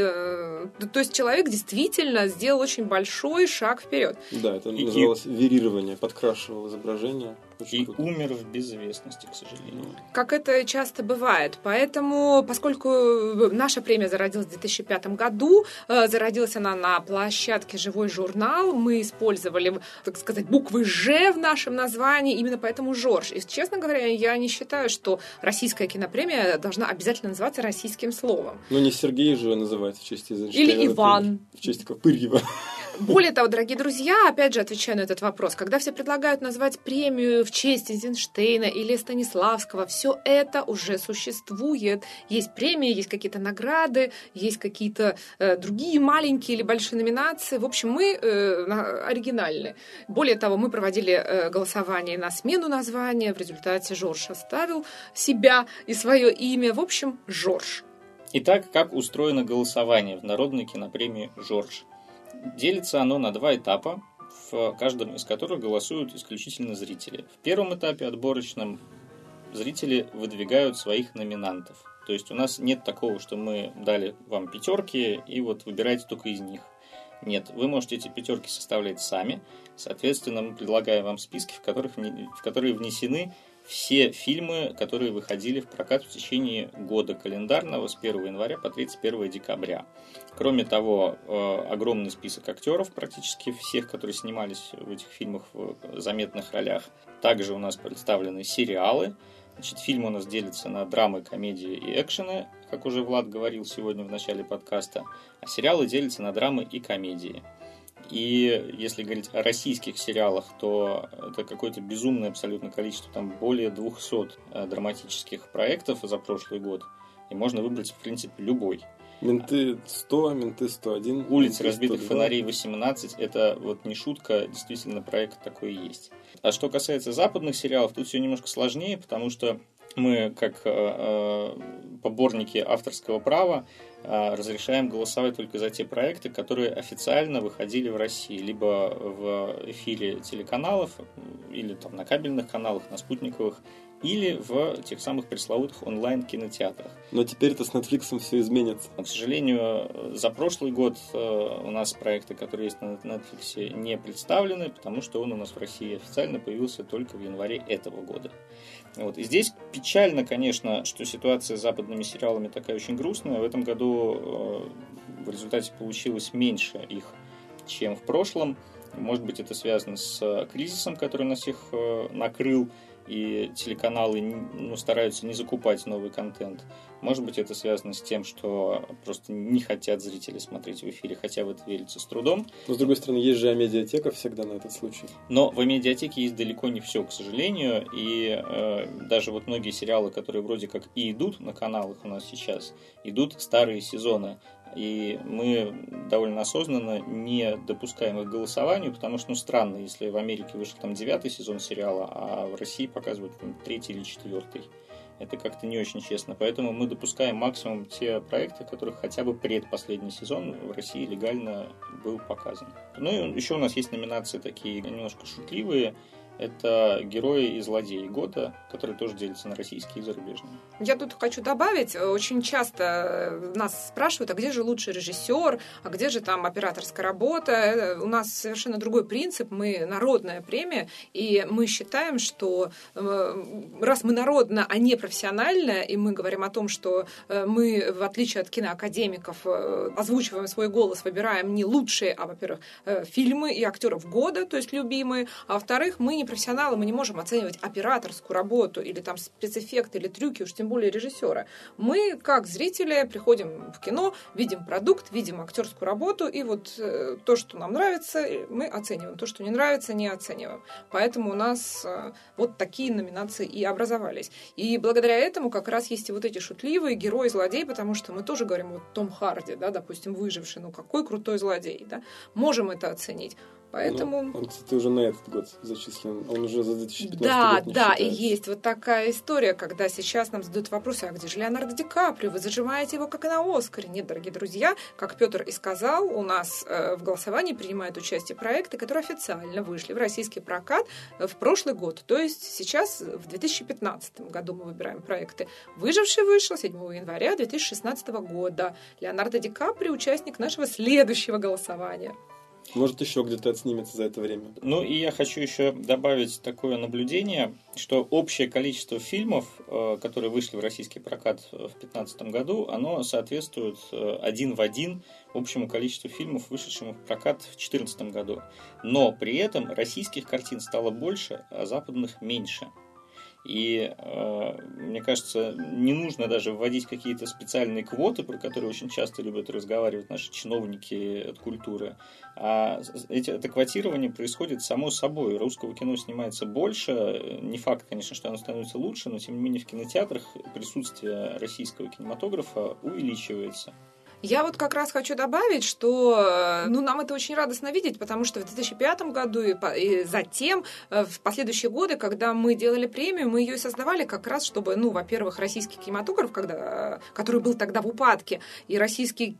S1: то есть человек действительно сделал очень большой шаг вперед.
S2: Да, это
S3: и,
S2: называлось верирование, подкрашивал изображение. Очень
S3: и
S2: круто.
S3: Умер в безвестности, к сожалению.
S1: Как это часто бывает. Поэтому, поскольку наша премия зародилась в две тысячи пятом году, зародилась она на площадке «Живой журнал», мы использовали, так сказать, буквы «Ж» в нашем названии, именно поэтому «Жорж». И, честно говоря, я не считаю, что российская кинопремия должна обязательно называться российским словом.
S2: Ну, не Сергей же называется в честь Эйзенштейна.
S1: Или Иван.
S2: В честь какого? Пырьева.
S1: Более того, дорогие друзья, опять же отвечаю на этот вопрос, когда все предлагают назвать премию в честь Эйзенштейна или Станиславского, все это уже существует. Есть премии, есть какие-то награды, есть какие-то э, другие маленькие или большие номинации. В общем, мы э, оригинальны. Более того, мы проводили э, голосование на смену названия. В результате Жорж оставил себя и свое имя. В общем, Жорж.
S3: Итак, как устроено голосование в Народной кинопремии «Жорж»? Делится оно на два этапа, в каждом из которых голосуют исключительно зрители. В первом этапе, отборочном, зрители выдвигают своих номинантов. То есть у нас нет такого, что мы дали вам пятерки и вот выбирайте только из них. Нет, вы можете эти пятерки составлять сами. Соответственно, мы предлагаем вам списки, в, которых, в которые внесены все фильмы, которые выходили в прокат в течение года календарного с первого января по тридцать первое декабря. Кроме того, огромный список актеров, практически всех, которые снимались в этих фильмах в заметных ролях. Также у нас представлены сериалы. Значит, фильмы у нас делятся на драмы, комедии и экшены, как уже Влад говорил сегодня в начале подкаста. А сериалы делятся на драмы и комедии. И если говорить о российских сериалах, то это какое-то безумное абсолютно количество, там более двухсот драматических проектов за прошлый год. И можно выбрать, в принципе, любой.
S2: Менты сто, менты сто один.
S3: Улицы разбитых фонарей восемнадцать. Это вот не шутка, действительно проект такой и есть. А что касается западных сериалов, тут все немножко сложнее, потому что мы, как э, поборники авторского права, э, разрешаем голосовать только за те проекты, которые официально выходили в России, либо в эфире телеканалов, или там на кабельных каналах, на спутниковых, или в тех самых пресловутых онлайн-кинотеатрах.
S2: Но теперь-то с Netflix все изменится.
S3: К сожалению, за прошлый год у нас проекты, которые есть на Netflix, не представлены, потому что он у нас в России официально появился только в январе этого года. Вот. И здесь печально, конечно, что ситуация с западными сериалами такая очень грустная. В этом году в результате получилось меньше их, чем в прошлом. Может быть, это связано с кризисом, который нас всех накрыл. и телеканалы ну, стараются не закупать новый контент. Может быть, это связано с тем, что просто не хотят зрители смотреть в эфире, хотя в это верится с трудом.
S2: Но, с другой стороны, есть же амедиатека всегда на этот случай.
S3: Но в амедиатеке есть далеко не все, к сожалению, и э, даже вот многие сериалы, которые вроде как и идут на каналах у нас сейчас, идут старые сезоны. И мы довольно осознанно не допускаем их к голосованию, потому что, ну, странно, если в Америке вышел там девятый сезон сериала, а в России показывают там, третий или четвертый. Это как-то не очень честно. Поэтому мы допускаем максимум те проекты, которых хотя бы предпоследний сезон в России легально был показан. Ну и еще у нас есть номинации такие немножко шутливые. Это герои и злодеи года, которые тоже делятся на российские и зарубежные.
S1: Я тут хочу добавить, очень часто нас спрашивают, а где же лучший режиссер, а где же там операторская работа. У нас совершенно другой принцип, мы народная премия, и мы считаем, что раз мы народная, а не профессиональная, и мы говорим о том, что мы, в отличие от киноакадемиков, озвучиваем свой голос, выбираем не лучшие, а, во-первых, фильмы и актеров года, то есть любимые, а во-вторых, мы не профессионалы, мы не можем оценивать операторскую работу или там спецэффекты или трюки, уж тем более режиссера. Мы, как зрители, приходим в кино, видим продукт, видим актерскую работу, и вот э, то, что нам нравится, мы оцениваем. То, что не нравится, не оцениваем. Поэтому у нас э, вот такие номинации и образовались. И благодаря этому как раз есть и вот эти шутливые герои, злодеи, потому что мы тоже говорим, вот Том Харди, да, допустим, выживший, ну какой крутой злодей, да, можем это оценить. Поэтому...
S2: Ну, он, кстати, уже на этот год зачислен. Он уже за две тысячи пятнадцатый
S1: да,
S2: год не
S1: да,
S2: считается.
S1: И есть вот такая история, когда сейчас нам задают вопросы, а где же Леонардо Ди Каприо? Вы зажимаете его как и на Оскаре. Нет, дорогие друзья, как Петр и сказал, у нас э, в голосовании принимают участие проекты, которые официально вышли в российский прокат в прошлый год. То есть сейчас, в две тысячи пятнадцатом году мы выбираем проекты. «Выживший» вышел седьмого января две тысячи шестнадцатого года. Леонардо Ди Каприо — участник нашего следующего голосования.
S2: Может, еще где-то отснимется за это время.
S3: Ну, и я хочу еще добавить такое наблюдение, что общее количество фильмов, которые вышли в российский прокат в две тысячи пятнадцатом году, оно соответствует один в один общему количеству фильмов, вышедшему в прокат в две тысячи четырнадцатом году. Но при этом российских картин стало больше, а западных меньше. И э, мне кажется, не нужно даже вводить какие-то специальные квоты, про которые очень часто любят разговаривать наши чиновники от культуры. А эти, это квотирование происходит само собой. Русского кино снимается больше. Не факт, конечно, что оно становится лучше, но тем не менее в кинотеатрах присутствие российского кинематографа увеличивается.
S1: Я вот как раз хочу добавить, что ну, нам это очень радостно видеть, потому что в две тысячи пятом году и, и затем, в последующие годы, когда мы делали премию, мы ее создавали как раз, чтобы, ну, во-первых, российский кинематограф, когда, который был тогда в упадке, и российские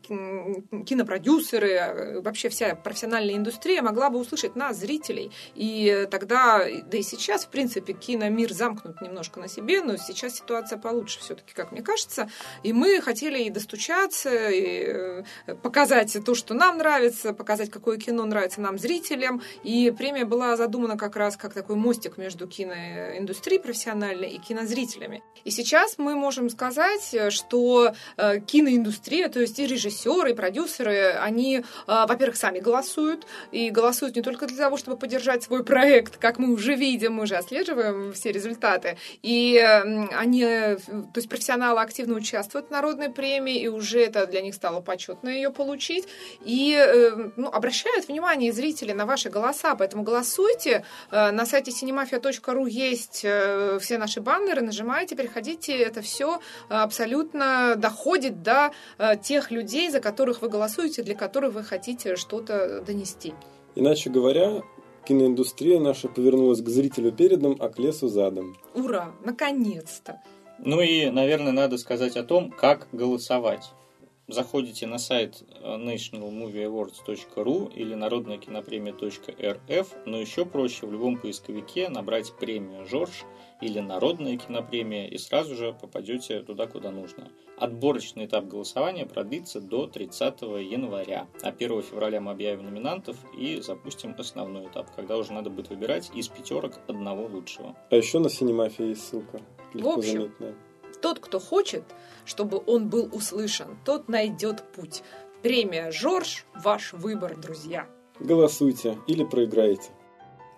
S1: кинопродюсеры, вообще вся профессиональная индустрия могла бы услышать нас, зрителей. И тогда, да и сейчас, в принципе, киномир замкнут немножко на себе, но сейчас ситуация получше все-таки, как мне кажется. И мы хотели и достучаться, и показать то, что нам нравится, показать, какое кино нравится нам, зрителям. И премия была задумана как раз как такой мостик между киноиндустрией профессиональной и кинозрителями. И сейчас мы можем сказать, что киноиндустрия, то есть и режиссеры, и продюсеры, они, во-первых, сами голосуют, и голосуют не только для того, чтобы поддержать свой проект, как мы уже видим, мы уже отслеживаем все результаты, и они, то есть профессионалы активно участвуют в народной премии, и уже это для них стало почетно ее получить, и ну, обращают внимание зрители на ваши голоса, поэтому голосуйте. На сайте синемафия точка ру есть все наши баннеры, нажимайте, переходите, это все абсолютно доходит до тех людей, за которых вы голосуете, для которых вы хотите что-то донести.
S2: Иначе говоря, киноиндустрия наша повернулась к зрителю передом, а к лесу задом.
S1: Ура! Наконец-то!
S3: Ну и, наверное, надо сказать о том, как голосовать. Заходите на сайт нэшнл муви эвордс точка ру или народная кинопремия точка эр эф, но еще проще в любом поисковике набрать премию «Жорж» или «Народная кинопремия» и сразу же попадете туда, куда нужно. Отборочный этап голосования продлится до тридцатого января, а первого февраля мы объявим номинантов и запустим основной этап, когда уже надо будет выбирать из пятерок одного лучшего.
S2: А еще на Синемафии есть ссылка. Легко
S1: в общем,
S2: заметная.
S1: Тот, кто хочет, чтобы он был услышан, тот найдет путь. Премия «Жорж» – ваш выбор, друзья.
S2: Голосуйте или проиграете.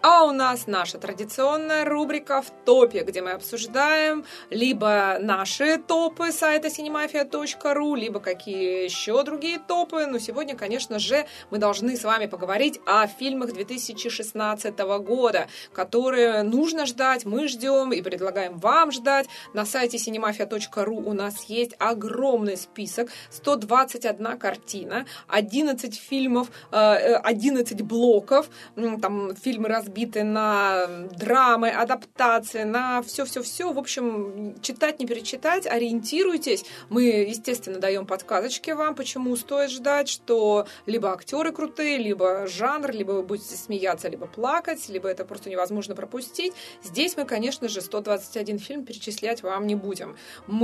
S1: А у нас наша традиционная рубрика «В топе», где мы обсуждаем либо наши топы сайта синемафия точка ру, либо какие еще другие топы. Но сегодня, конечно же, мы должны с вами поговорить о фильмах две тысячи шестнадцатого года, которые нужно ждать, мы ждем и предлагаем вам ждать. На сайте синемафия точка ру у нас есть огромный список, сто двадцать одна картина, одиннадцать фильмов, одиннадцать блоков, там фильмы разбиты на драмы, адаптации, на все-все-все. В общем, читать, не перечитать, ориентируйтесь. Мы, естественно, даем подсказочки вам, почему стоит ждать, что либо актеры крутые, либо жанр, либо вы будете смеяться, либо плакать, либо это просто невозможно пропустить. Здесь мы, конечно же, сто двадцать один фильм перечислять вам не будем.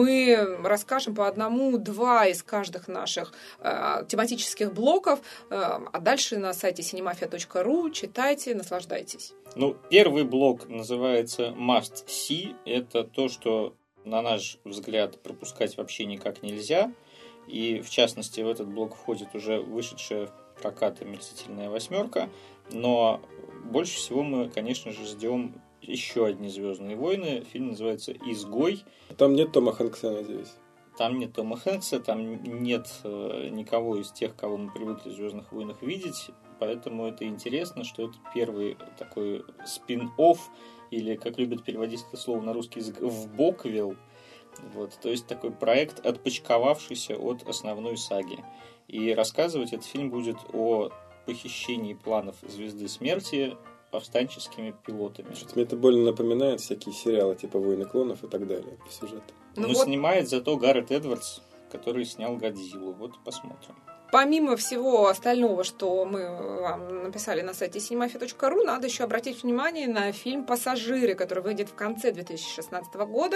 S1: Мы расскажем по одному-два из каждых наших э, тематических блоков, э, а дальше на сайте синемафия точка ру читайте, наслаждайтесь.
S3: Ну, первый блок называется Must See. Это то, что, на наш взгляд, пропускать вообще никак нельзя. И, в частности, в этот блок входит уже вышедшая в прокат «Омерзительная восьмерка». Но больше всего мы, конечно же, ждем еще одни «Звездные войны». Фильм называется «Изгой».
S2: Там нет Тома Хэнкса, я надеюсь.
S3: Там нет Тома Хэнкса, там нет э, никого из тех, кого мы привыкли в «Звездных войнах» видеть. Поэтому это интересно, что это первый такой спин-офф, или, как любят переводить это слово на русский язык, вбоквел. Вот, то есть такой проект, отпочковавшийся от основной саги. И рассказывать этот фильм будет о похищении планов Звезды Смерти повстанческими пилотами.
S2: Что-то мне это больно напоминает всякие сериалы типа «Войны клонов» и так далее по сюжету.
S3: Ну,
S1: ну вот...
S3: снимает зато Гаррет Эдвардс, который снял «Годзиллу». Вот посмотрим.
S1: Помимо всего остального, что мы вам написали на сайте синемафия точка ру, надо еще обратить внимание на фильм «Пассажиры», который выйдет в конце две тысячи шестнадцатого года.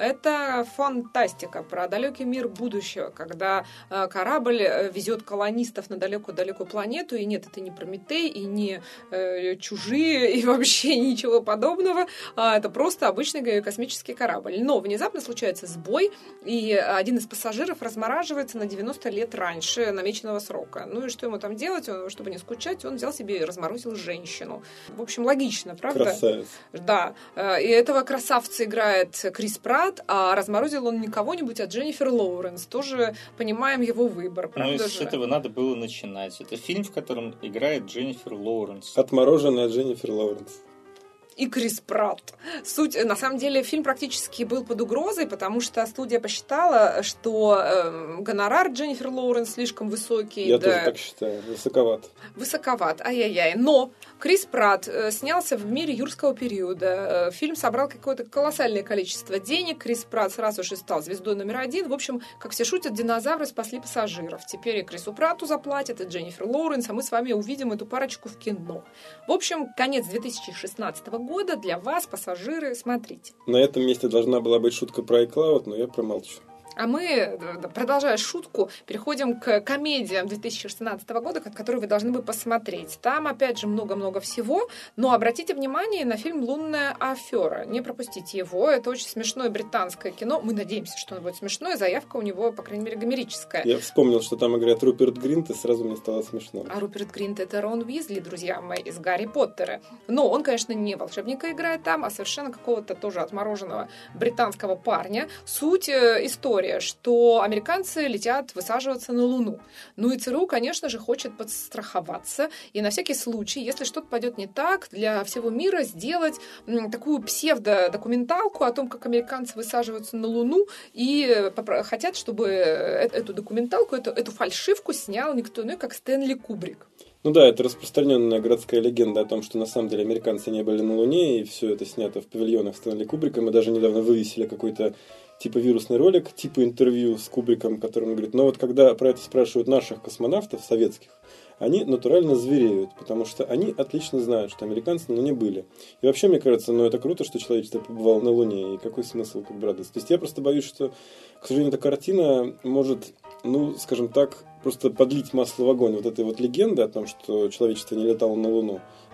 S1: Это фантастика про далекий мир будущего, когда корабль везет колонистов на далекую-далекую планету, и нет, это не Прометей, и не э, Чужие, и вообще ничего подобного. Это просто обычный космический корабль. Но внезапно случается сбой, и один из пассажиров размораживается на девяносто лет раньше намеченного срока. Ну и что ему там делать? Он, чтобы не скучать, он взял себе и разморозил женщину. В общем, логично, правда?
S2: Красавец.
S1: Да. И этого красавца играет Крис Пратт, а разморозил он не кого-нибудь, а Дженнифер Лоуренс. Тоже понимаем его выбор, правда
S3: Ну и
S1: же?
S3: с этого надо было начинать. Это фильм, в котором играет Дженнифер Лоуренс.
S2: Отмороженная Дженнифер Лоуренс.
S1: И Крис Пратт. Суть, на самом деле, фильм практически был под угрозой, потому что студия посчитала, что э, гонорар Дженнифер Лоуренс слишком высокий.
S2: Я
S1: да,
S2: тоже так считаю. Высоковат.
S1: Высоковат, ай-яй-яй. Но Крис Пратт э, снялся в мире юрского периода. Э, фильм собрал какое-то колоссальное количество денег. Крис Пратт сразу же стал звездой номер один. В общем, как все шутят, динозавры спасли пассажиров. Теперь и Крису Пратту заплатят, и Дженнифер Лоуренс, а мы с вами увидим эту парочку в кино. В общем, конец две тысячи шестнадцатого года. года для вас, пассажиры, смотрите.
S2: На этом месте должна была быть шутка про iCloud, но я промолчу.
S1: А мы, продолжая шутку, переходим к комедиям две тысячи шестнадцатого года, которые вы должны бы посмотреть. Там, опять же, много-много всего, но обратите внимание на фильм «Лунная афера». Не пропустите его, это очень смешное британское кино. Мы надеемся, что оно будет смешное, заявка у него, по крайней мере, гомерическая.
S2: Я вспомнил, что там играет Руперт Гринт, и сразу мне стало смешно.
S1: А Руперт Гринт — это Рон Уизли, друзья мои, из «Гарри Поттера». Но он, конечно, не волшебника играет там, а совершенно какого-то тоже отмороженного британского парня. Суть э, истории, что американцы летят высаживаться на Луну. Ну и ЦРУ, конечно же, хочет подстраховаться и на всякий случай, если что-то пойдет не так, для всего мира сделать такую псевдодокументалку о том, как американцы высаживаются на Луну, и хотят, чтобы эту документалку, эту, эту фальшивку снял никто иной, как Стэнли Кубрик.
S2: Ну да, это распространенная городская легенда о том, что на самом деле американцы не были на Луне, и все это снято в павильонах Стэнли Кубрика. Мы даже недавно вывесили какой-то типа вирусный ролик, типа интервью с Кубриком, которым он говорит, но вот когда про это спрашивают наших космонавтов, советских, они натурально звереют, потому что они отлично знают, что американцы на Луне были. И вообще, мне кажется, ну это круто, что человечество побывало на Луне, и какой смысл как бы радоваться. То есть я просто боюсь, что, к сожалению, эта картина может, ну, скажем так, просто подлить масло в огонь вот этой вот легенды о том, что человечество не летало на Луну.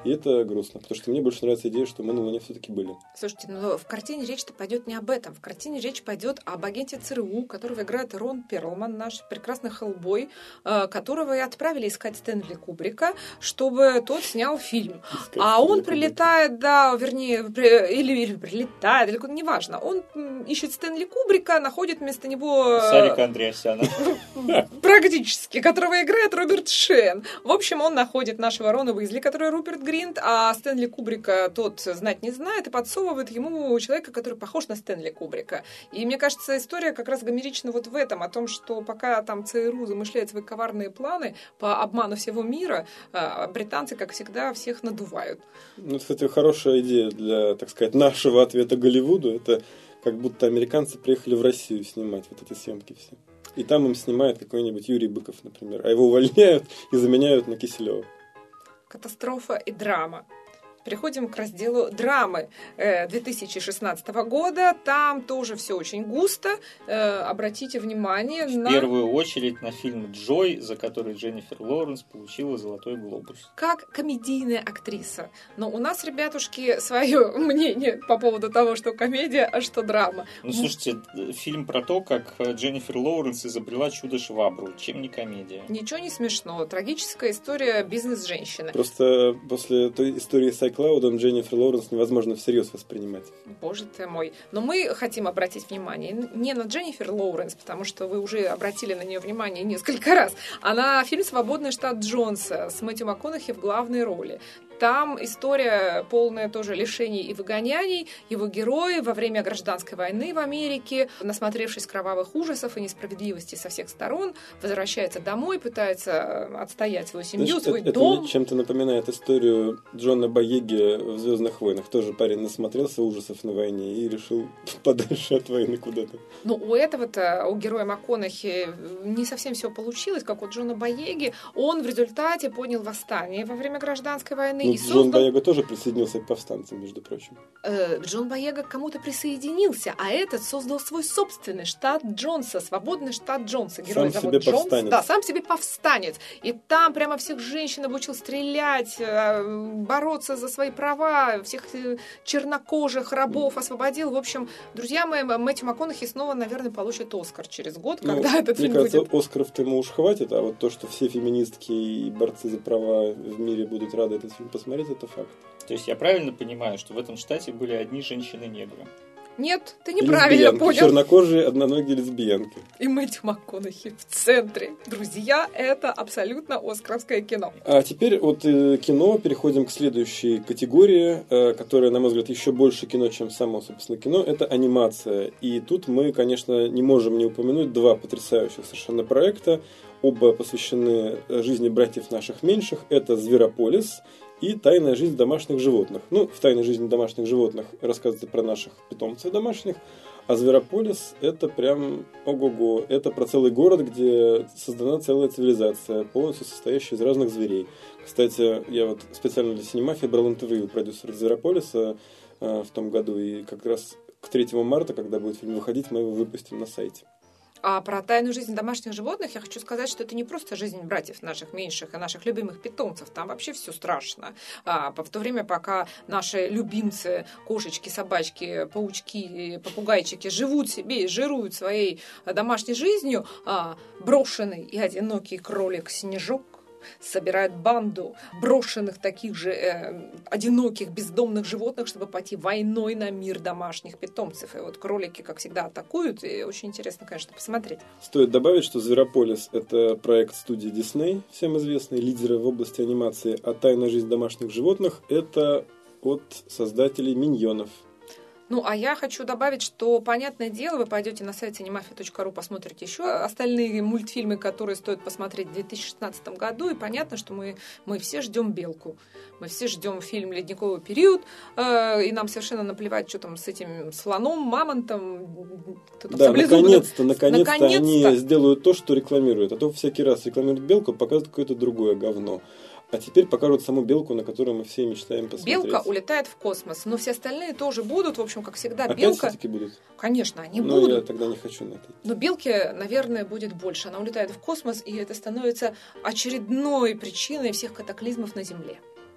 S2: И это грустно, потому что мне больше нравится идея, что мы на Луне все-таки были.
S1: Слушайте, но в картине речь-то пойдет не об этом. В картине речь пойдет об агенте ЦРУ, которого играет Рон Перлман, наш прекрасный Хеллбой, которого и отправили искать Стэнли Кубрика, чтобы тот снял фильм. Искать а он Кубрика. Прилетает, да, вернее, при, или, или прилетает, или куда, неважно. Он ищет Стэнли Кубрика, находит вместо него...
S3: Сарика Андреасяна.
S1: Практически, которого играет Роберт Шен. В общем, он находит нашего Рона Уизли, который Руперт Гринт, а Стэнли Кубрика тот знать не знает и подсовывает ему человека, который похож на Стэнли Кубрика. И мне кажется, история как раз гомерична вот в этом, о том, что пока там ЦРУ замышляет свои коварные планы по обману всего мира, британцы, как всегда, всех надувают.
S2: Ну, кстати, хорошая идея для, так сказать, нашего ответа Голливуду. Это как будто американцы приехали в Россию снимать вот эти съемки все. И там им снимает какой-нибудь Юрий Быков, например, а его увольняют и заменяют на Киселева.
S1: Катастрофа и драма. Переходим к разделу драмы две тысячи шестнадцатого года. Там тоже все очень густо. Обратите внимание
S3: в
S1: на...
S3: В первую очередь на фильм «Джой», за который Дженнифер Лоуренс получила «Золотой глобус».
S1: Как комедийная актриса. Но у нас, ребятушки, свое мнение по поводу того, что комедия, а что драма.
S3: Ну, слушайте, фильм про то, как Дженнифер Лоуренс изобрела чудо-швабру. Чем не комедия?
S1: Ничего не смешно. Трагическая история бизнес-женщины.
S2: Просто после той истории с Клаудом Дженнифер Лоуренс невозможно всерьез воспринимать.
S1: Боже ты мой. Но мы хотим обратить внимание не на Дженнифер Лоуренс, потому что вы уже обратили на нее внимание несколько раз, а на фильм «Свободный штат Джонса» с Мэттью МакКонахи в главной роли. Там история полная тоже лишений и выгоняний. Его герои во время гражданской войны в Америке, насмотревшись кровавых ужасов и несправедливости со всех сторон, возвращается домой, пытается отстоять свою семью,
S2: Значит,
S1: свой
S2: это,
S1: дом.
S2: Это мне чем-то напоминает историю Джона Боеги в «Звездных войнах». Тоже парень насмотрелся ужасов на войне и решил подальше от войны куда-то.
S1: Ну, у этого-то, у героя МакКонахи не совсем все получилось, как у Джона Боеги. Он в результате поднял восстание во время гражданской войны.
S2: Ну,
S1: и
S2: Джон
S1: создал...
S2: Боега тоже присоединился к повстанцам, между прочим.
S1: Э, Джон Боега к кому-то присоединился, а этот создал свой собственный штат Джонса, свободный штат Джонса. Герой
S2: сам
S1: зовут
S2: себе
S1: Джонс.
S2: повстанец.
S1: Да, сам себе повстанец. И там прямо всех женщин обучил стрелять, бороться за свои права, всех чернокожих рабов освободил. В общем, друзья мои, Мэттью МакКонахи снова, наверное, получит Оскар через год, ну, когда этот
S2: мне
S1: фильм
S2: кажется,
S1: будет.
S2: Оскаров-то ему уж хватит, а вот то, что все феминистки и борцы за права в мире будут рады этот фильм посмотреть, это факт.
S3: То есть я правильно понимаю, что в этом штате были одни женщины-негры?
S1: Нет, ты неправильно понял.
S2: Чернокожие, одноногие лесбиянки.
S1: И Мэттью МакКонахи в центре. Друзья, это абсолютно оскаровское кино.
S2: А теперь от э, кино переходим к следующей категории, э, которая, на мой взгляд, еще больше кино, чем само, собственно, кино. Это анимация. И тут мы, конечно, не можем не упомянуть два потрясающих совершенно проекта. Оба посвящены жизни братьев наших меньших. Это «Зверополис» и «Тайная жизнь домашних животных». Ну, в «Тайной жизни домашних животных» рассказывается про наших питомцев домашних, а «Зверополис» — это прям ого-го. Это про целый город, где создана целая цивилизация, полностью состоящая из разных зверей. Кстати, я вот специально для Синемафии брал интервью у продюсера «Зверополиса» э, в том году, и как раз к третьему марта, когда будет фильм выходить, мы его выпустим на сайте.
S1: А про тайную жизнь домашних животных я хочу сказать, что это не просто жизнь братьев наших меньших и наших любимых питомцев. Там вообще все страшно. А, в то время, пока наши любимцы, кошечки, собачки, паучки, попугайчики живут себе и жируют своей домашней жизнью, а, брошенный и одинокий кролик Снежок собирает банду брошенных таких же э, одиноких бездомных животных, чтобы пойти войной на мир домашних питомцев. И вот кролики, как всегда, атакуют, и очень интересно, конечно, посмотреть.
S2: Стоит добавить, что «Зверополис» — это проект студии Disney, всем известный, лидеры в области анимации, а «Тайная жизнь домашних животных» — это от создателей «Миньонов».
S1: Ну, а я хочу добавить, что, понятное дело, вы пойдете на сайт синемафия точка ру, посмотрите еще остальные мультфильмы, которые стоит посмотреть в две тысячи шестнадцатом году, и понятно, что мы, мы все ждем «Белку». Мы все ждем фильм «Ледниковый период», э, и нам совершенно наплевать, что там с этим слоном, мамонтом,
S2: да, наконец-то, наконец-то, наконец-то они сделают то, что рекламируют. А то всякий раз рекламируют «Белку», показывают какое-то другое говно. А теперь покажут саму белку, на которую мы все мечтаем посмотреть.
S1: Белка улетает в космос, но все остальные тоже будут. В общем, как всегда,
S2: опять
S1: белка...
S2: все-таки будут?
S1: Конечно, они
S2: но
S1: будут.
S2: Но я тогда не хочу на это.
S1: Но белки, наверное, будет больше. Она улетает в космос, и это становится очередной причиной всех катаклизмов на Земле.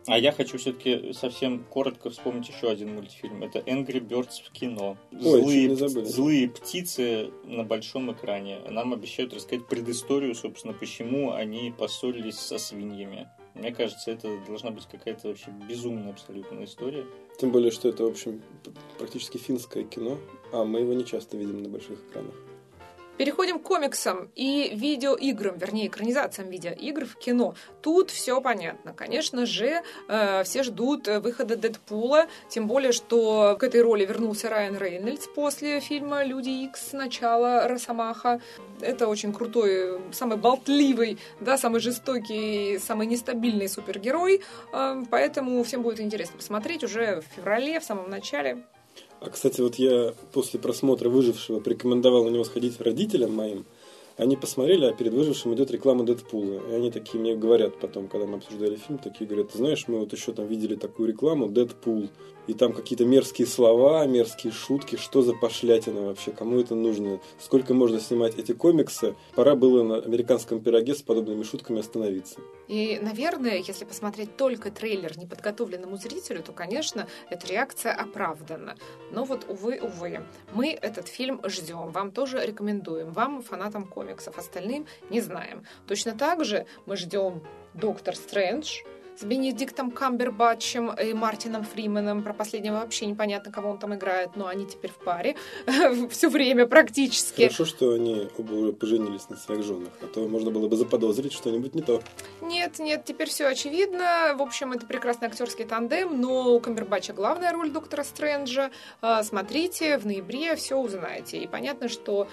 S3: А я хочу все-таки совсем коротко вспомнить еще один мультфильм. Это Angry Birds в кино.
S2: Ой,
S3: Злые,
S2: не забыли.
S3: злые птицы на большом экране. Нам обещают рассказать предысторию, собственно, почему они поссорились со свиньями. Мне кажется, это должна быть какая-то вообще безумная абсолютно история.
S2: Тем более, что это, в общем, практически финское кино, а мы его не часто видим на больших экранах.
S1: Переходим к комиксам и видеоиграм, вернее, экранизациям видеоигр в кино. Тут все понятно. Конечно же, э, все ждут выхода Дэдпула, тем более, что к этой роли вернулся Райан Рейнольдс после фильма «Люди Икс. Начало Росомаха». Это очень крутой, самый болтливый, да, самый жестокий, самый нестабильный супергерой, э, поэтому всем будет интересно посмотреть уже в феврале, в самом начале.
S2: А, кстати, вот я после просмотра «Выжившего» порекомендовал на него сходить родителям моим. Они посмотрели, а перед «Выжившим» идет реклама Дэдпула. И они такие мне говорят потом, когда мы обсуждали фильм, такие говорят: ты знаешь, мы вот еще там видели такую рекламу «Дэдпул». И там какие-то мерзкие слова, мерзкие шутки. Что за пошлятина вообще? Кому это нужно? Сколько можно снимать эти комиксы? Пора было на американском пироге с подобными шутками остановиться.
S1: И, наверное, если посмотреть только трейлер неподготовленному зрителю, то, конечно, эта реакция оправдана. Но вот, увы, увы, мы этот фильм ждем. Вам тоже рекомендуем. Вам, фанатам комиксов. Остальным не знаем. Точно так же мы ждем «Доктор Стрэндж» с Бенедиктом Камбербатчем и Мартином Фрименом. Про последнего вообще непонятно, кого он там играет, но они теперь в паре все время практически.
S2: Хорошо, что они оба уже поженились на своих женах, а то можно было бы заподозрить что-нибудь не то.
S1: Нет, нет, теперь все очевидно. В общем, это прекрасный актерский тандем, но у Камбербатча главная роль Доктора Стрэнджа. Смотрите, в ноябре все узнаете. И понятно, что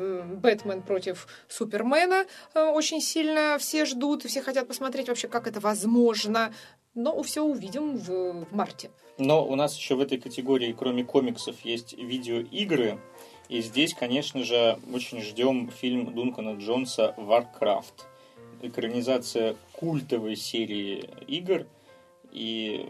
S1: Бэтмен против Супермена очень сильно все ждут, и все хотят посмотреть вообще, как это возможно. Но все увидим в, в марте.
S3: Но у нас еще в этой категории, кроме комиксов, есть видеоигры. И здесь, конечно же, очень ждем фильм Дункана Джонса «Warcraft». Экранизация культовой серии игр. И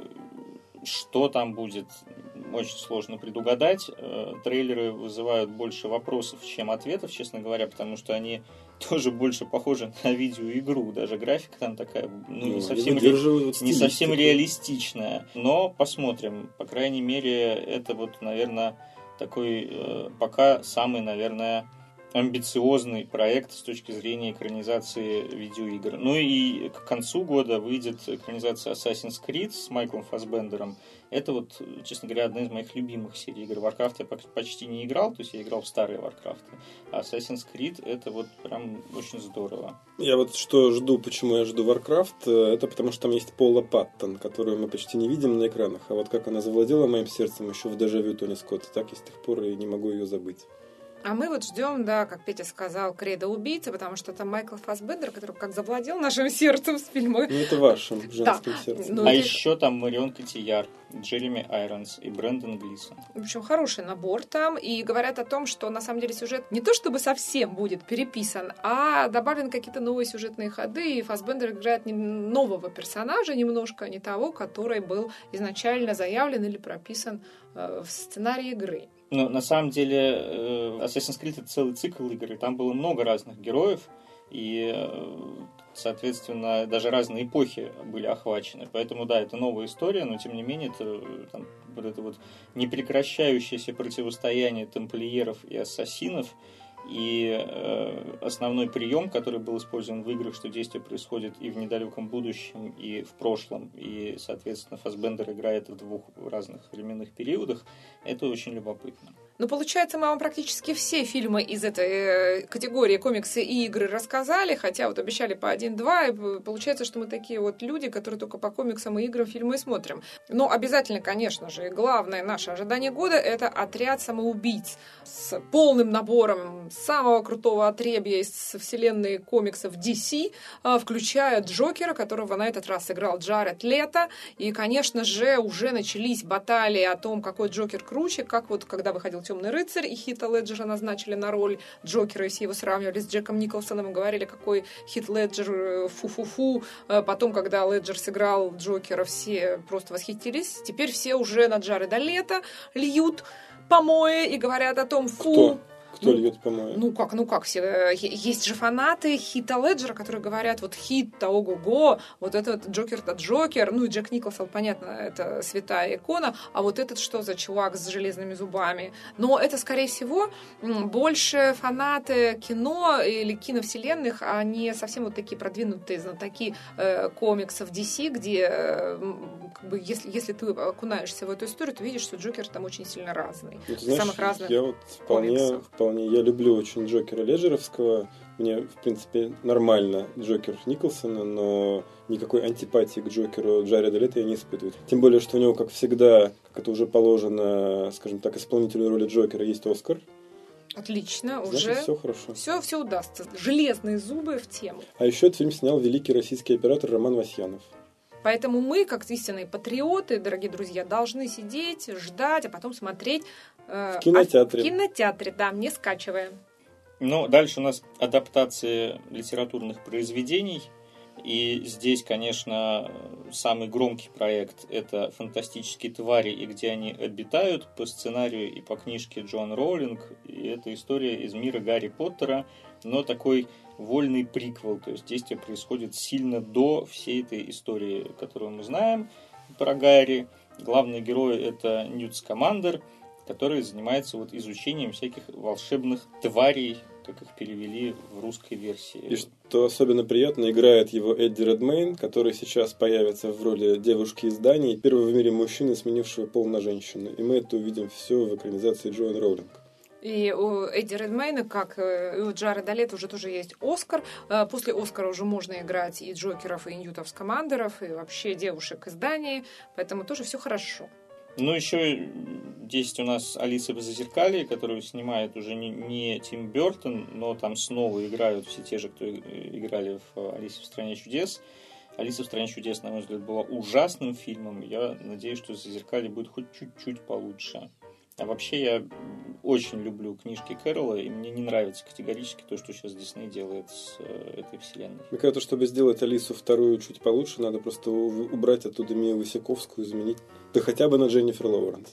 S3: что там будет, очень сложно предугадать. Трейлеры вызывают больше вопросов, чем ответов, честно говоря, потому что они тоже больше похожи на видеоигру. Даже графика там такая, ну, не, ну, совсем, ре... не совсем реалистичная. Но посмотрим. По крайней мере, это вот, наверное, такой э, пока самый, наверное, амбициозный проект с точки зрения экранизации видеоигр. Ну и к концу года выйдет экранизация Assassin's Creed с Майклом Фассбендером. Это вот, честно говоря, одна из моих любимых серий игр. Warcraft я почти не играл, то есть я играл в старые Warcraft. А Assassin's Creed это вот прям очень здорово. Я вот что жду, почему я жду Warcraft, это потому что там есть Пола Паттон, которую мы почти не видим на экранах. А вот как она завладела моим сердцем еще в «Дежавю» Тони Скотта, так и с тех пор и не могу ее забыть.
S1: А мы вот ждем, да, как Петя сказал, «Кредо убийцы», потому что там Майкл Фассбендер, который как завладел нашим сердцем с фильма.
S2: Ну, это вашим женским да. сердцем.
S3: Ну, а это... еще там Марион Котийяр, Джереми Айронс и Брэндон Глисон.
S1: В общем, хороший набор там. И говорят о том, что на самом деле сюжет не то чтобы совсем будет переписан, а добавлены какие-то новые сюжетные ходы. И Фассбендер играет не нового персонажа немножко, не того, который был изначально заявлен или прописан э, в сценарии игры.
S3: Но на самом деле Assassin's Creed — это целый цикл игр, и там было много разных героев, и, соответственно, даже разные эпохи были охвачены. Поэтому, да, это новая история, но, тем не менее, это, там, вот это вот непрекращающееся противостояние тамплиеров и ассасинов, и э, основной прием, который был использован в играх, что действие происходит и в недалеком будущем, и в прошлом, и, соответственно, Фассбендер играет в двух разных временных периодах, это очень любопытно.
S1: Ну, получается, мы вам практически все фильмы из этой категории комиксы и игры рассказали, хотя вот обещали по один-два, и получается, что мы такие вот люди, которые только по комиксам и играм фильмы и смотрим. Но обязательно, конечно же, главное наше ожидание года — это «Отряд самоубийц» с полным набором самого крутого отребья из вселенной комиксов ди си, включая Джокера, которого на этот раз играл Джаред Лето. И, конечно же, уже начались баталии о том, какой Джокер круче, как вот когда выходил «Темный рыцарь», и Хита Леджера назначили на роль Джокера, и все его сравнивали с Джеком Николсоном и говорили, какой Хит Леджер фу-фу-фу. Потом, когда Леджер сыграл Джокера, все просто восхитились. Теперь все уже на Джареда Лето льют помои и говорят о том, фу...
S2: Кто? Кто
S1: ну,
S2: льет, по-моему?
S1: Ну как, ну как, все. Есть же фанаты Хита Леджера, которые говорят, вот Хит-то ого-го, вот этот Джокер-то Джокер, ну и Джек Николсон, понятно, это святая икона, а вот этот что за чувак с железными зубами? Но это, скорее всего, больше фанаты кино или киновселенных, а не совсем вот такие продвинутые знатоки э, комиксов ди си, где э, как бы, если, если ты окунаешься в эту историю, то видишь, что Джокер там очень сильно разный.
S2: Ну, знаешь,
S1: самых разных
S2: я вот вполне, вполне, я люблю очень Джокера Леджеровского. Мне, в принципе, нормально Джокер Николсона, но никакой антипатии к Джокеру Джареда Лето я не испытываю. Тем более, что у него, как всегда, как это уже положено, скажем так, исполнителю роли Джокера, есть Оскар.
S1: Отлично,
S2: Значит,
S1: уже
S2: все хорошо.
S1: Все, все удастся. Железные зубы в тему.
S2: А еще этот фильм снял великий российский оператор Роман Васьянов.
S1: Поэтому мы, как истинные патриоты, дорогие друзья, должны сидеть, ждать, а потом смотреть э,
S2: в кинотеатре.
S1: А, в кинотеатре, да, не скачивая.
S3: Ну, дальше у нас адаптации литературных произведений. И здесь, конечно, самый громкий проект – это «Фантастические твари» и «Где они обитают» по сценарию и по книжке Джоан Роулинг. И это история из мира Гарри Поттера, но такой вольный приквел. То есть действие происходит сильно до всей этой истории, которую мы знаем про Гарри. Главный герой – это Ньют Скамандер, который занимается вот изучением всяких волшебных тварей, как их перевели в русской версии.
S2: И что особенно приятно, играет его Эдди Редмейн, который сейчас появится в роли девушки из Дании, первого в мире мужчины, сменившего пол на женщину. И мы это увидим все в экранизации Джоан Роулинг.
S1: И у Эдди Редмейна, как и у Джареда Лето, уже тоже есть Оскар. После Оскара уже можно играть и Джокеров, и Ньютов Скамандеров, и вообще девушек из Дании. Поэтому тоже все хорошо.
S3: Ну, еще есть у нас Алиса в Зазеркалье, которую снимает уже не, не Тим Бертон, но там снова играют все те же, кто играли в «Алисе в стране чудес». «Алиса в стране чудес», на мой взгляд, была ужасным фильмом. Я надеюсь, что «Зазеркалье» будет хоть чуть-чуть получше. А вообще я очень люблю книжки Кэрролла, и мне не нравится категорически то, что сейчас Дисней делает с этой вселенной.
S2: Мне кажется, чтобы сделать Алису вторую чуть получше, надо просто убрать оттуда Мию Васяковскую, заменить, да хотя бы на Дженнифер Лоуренс.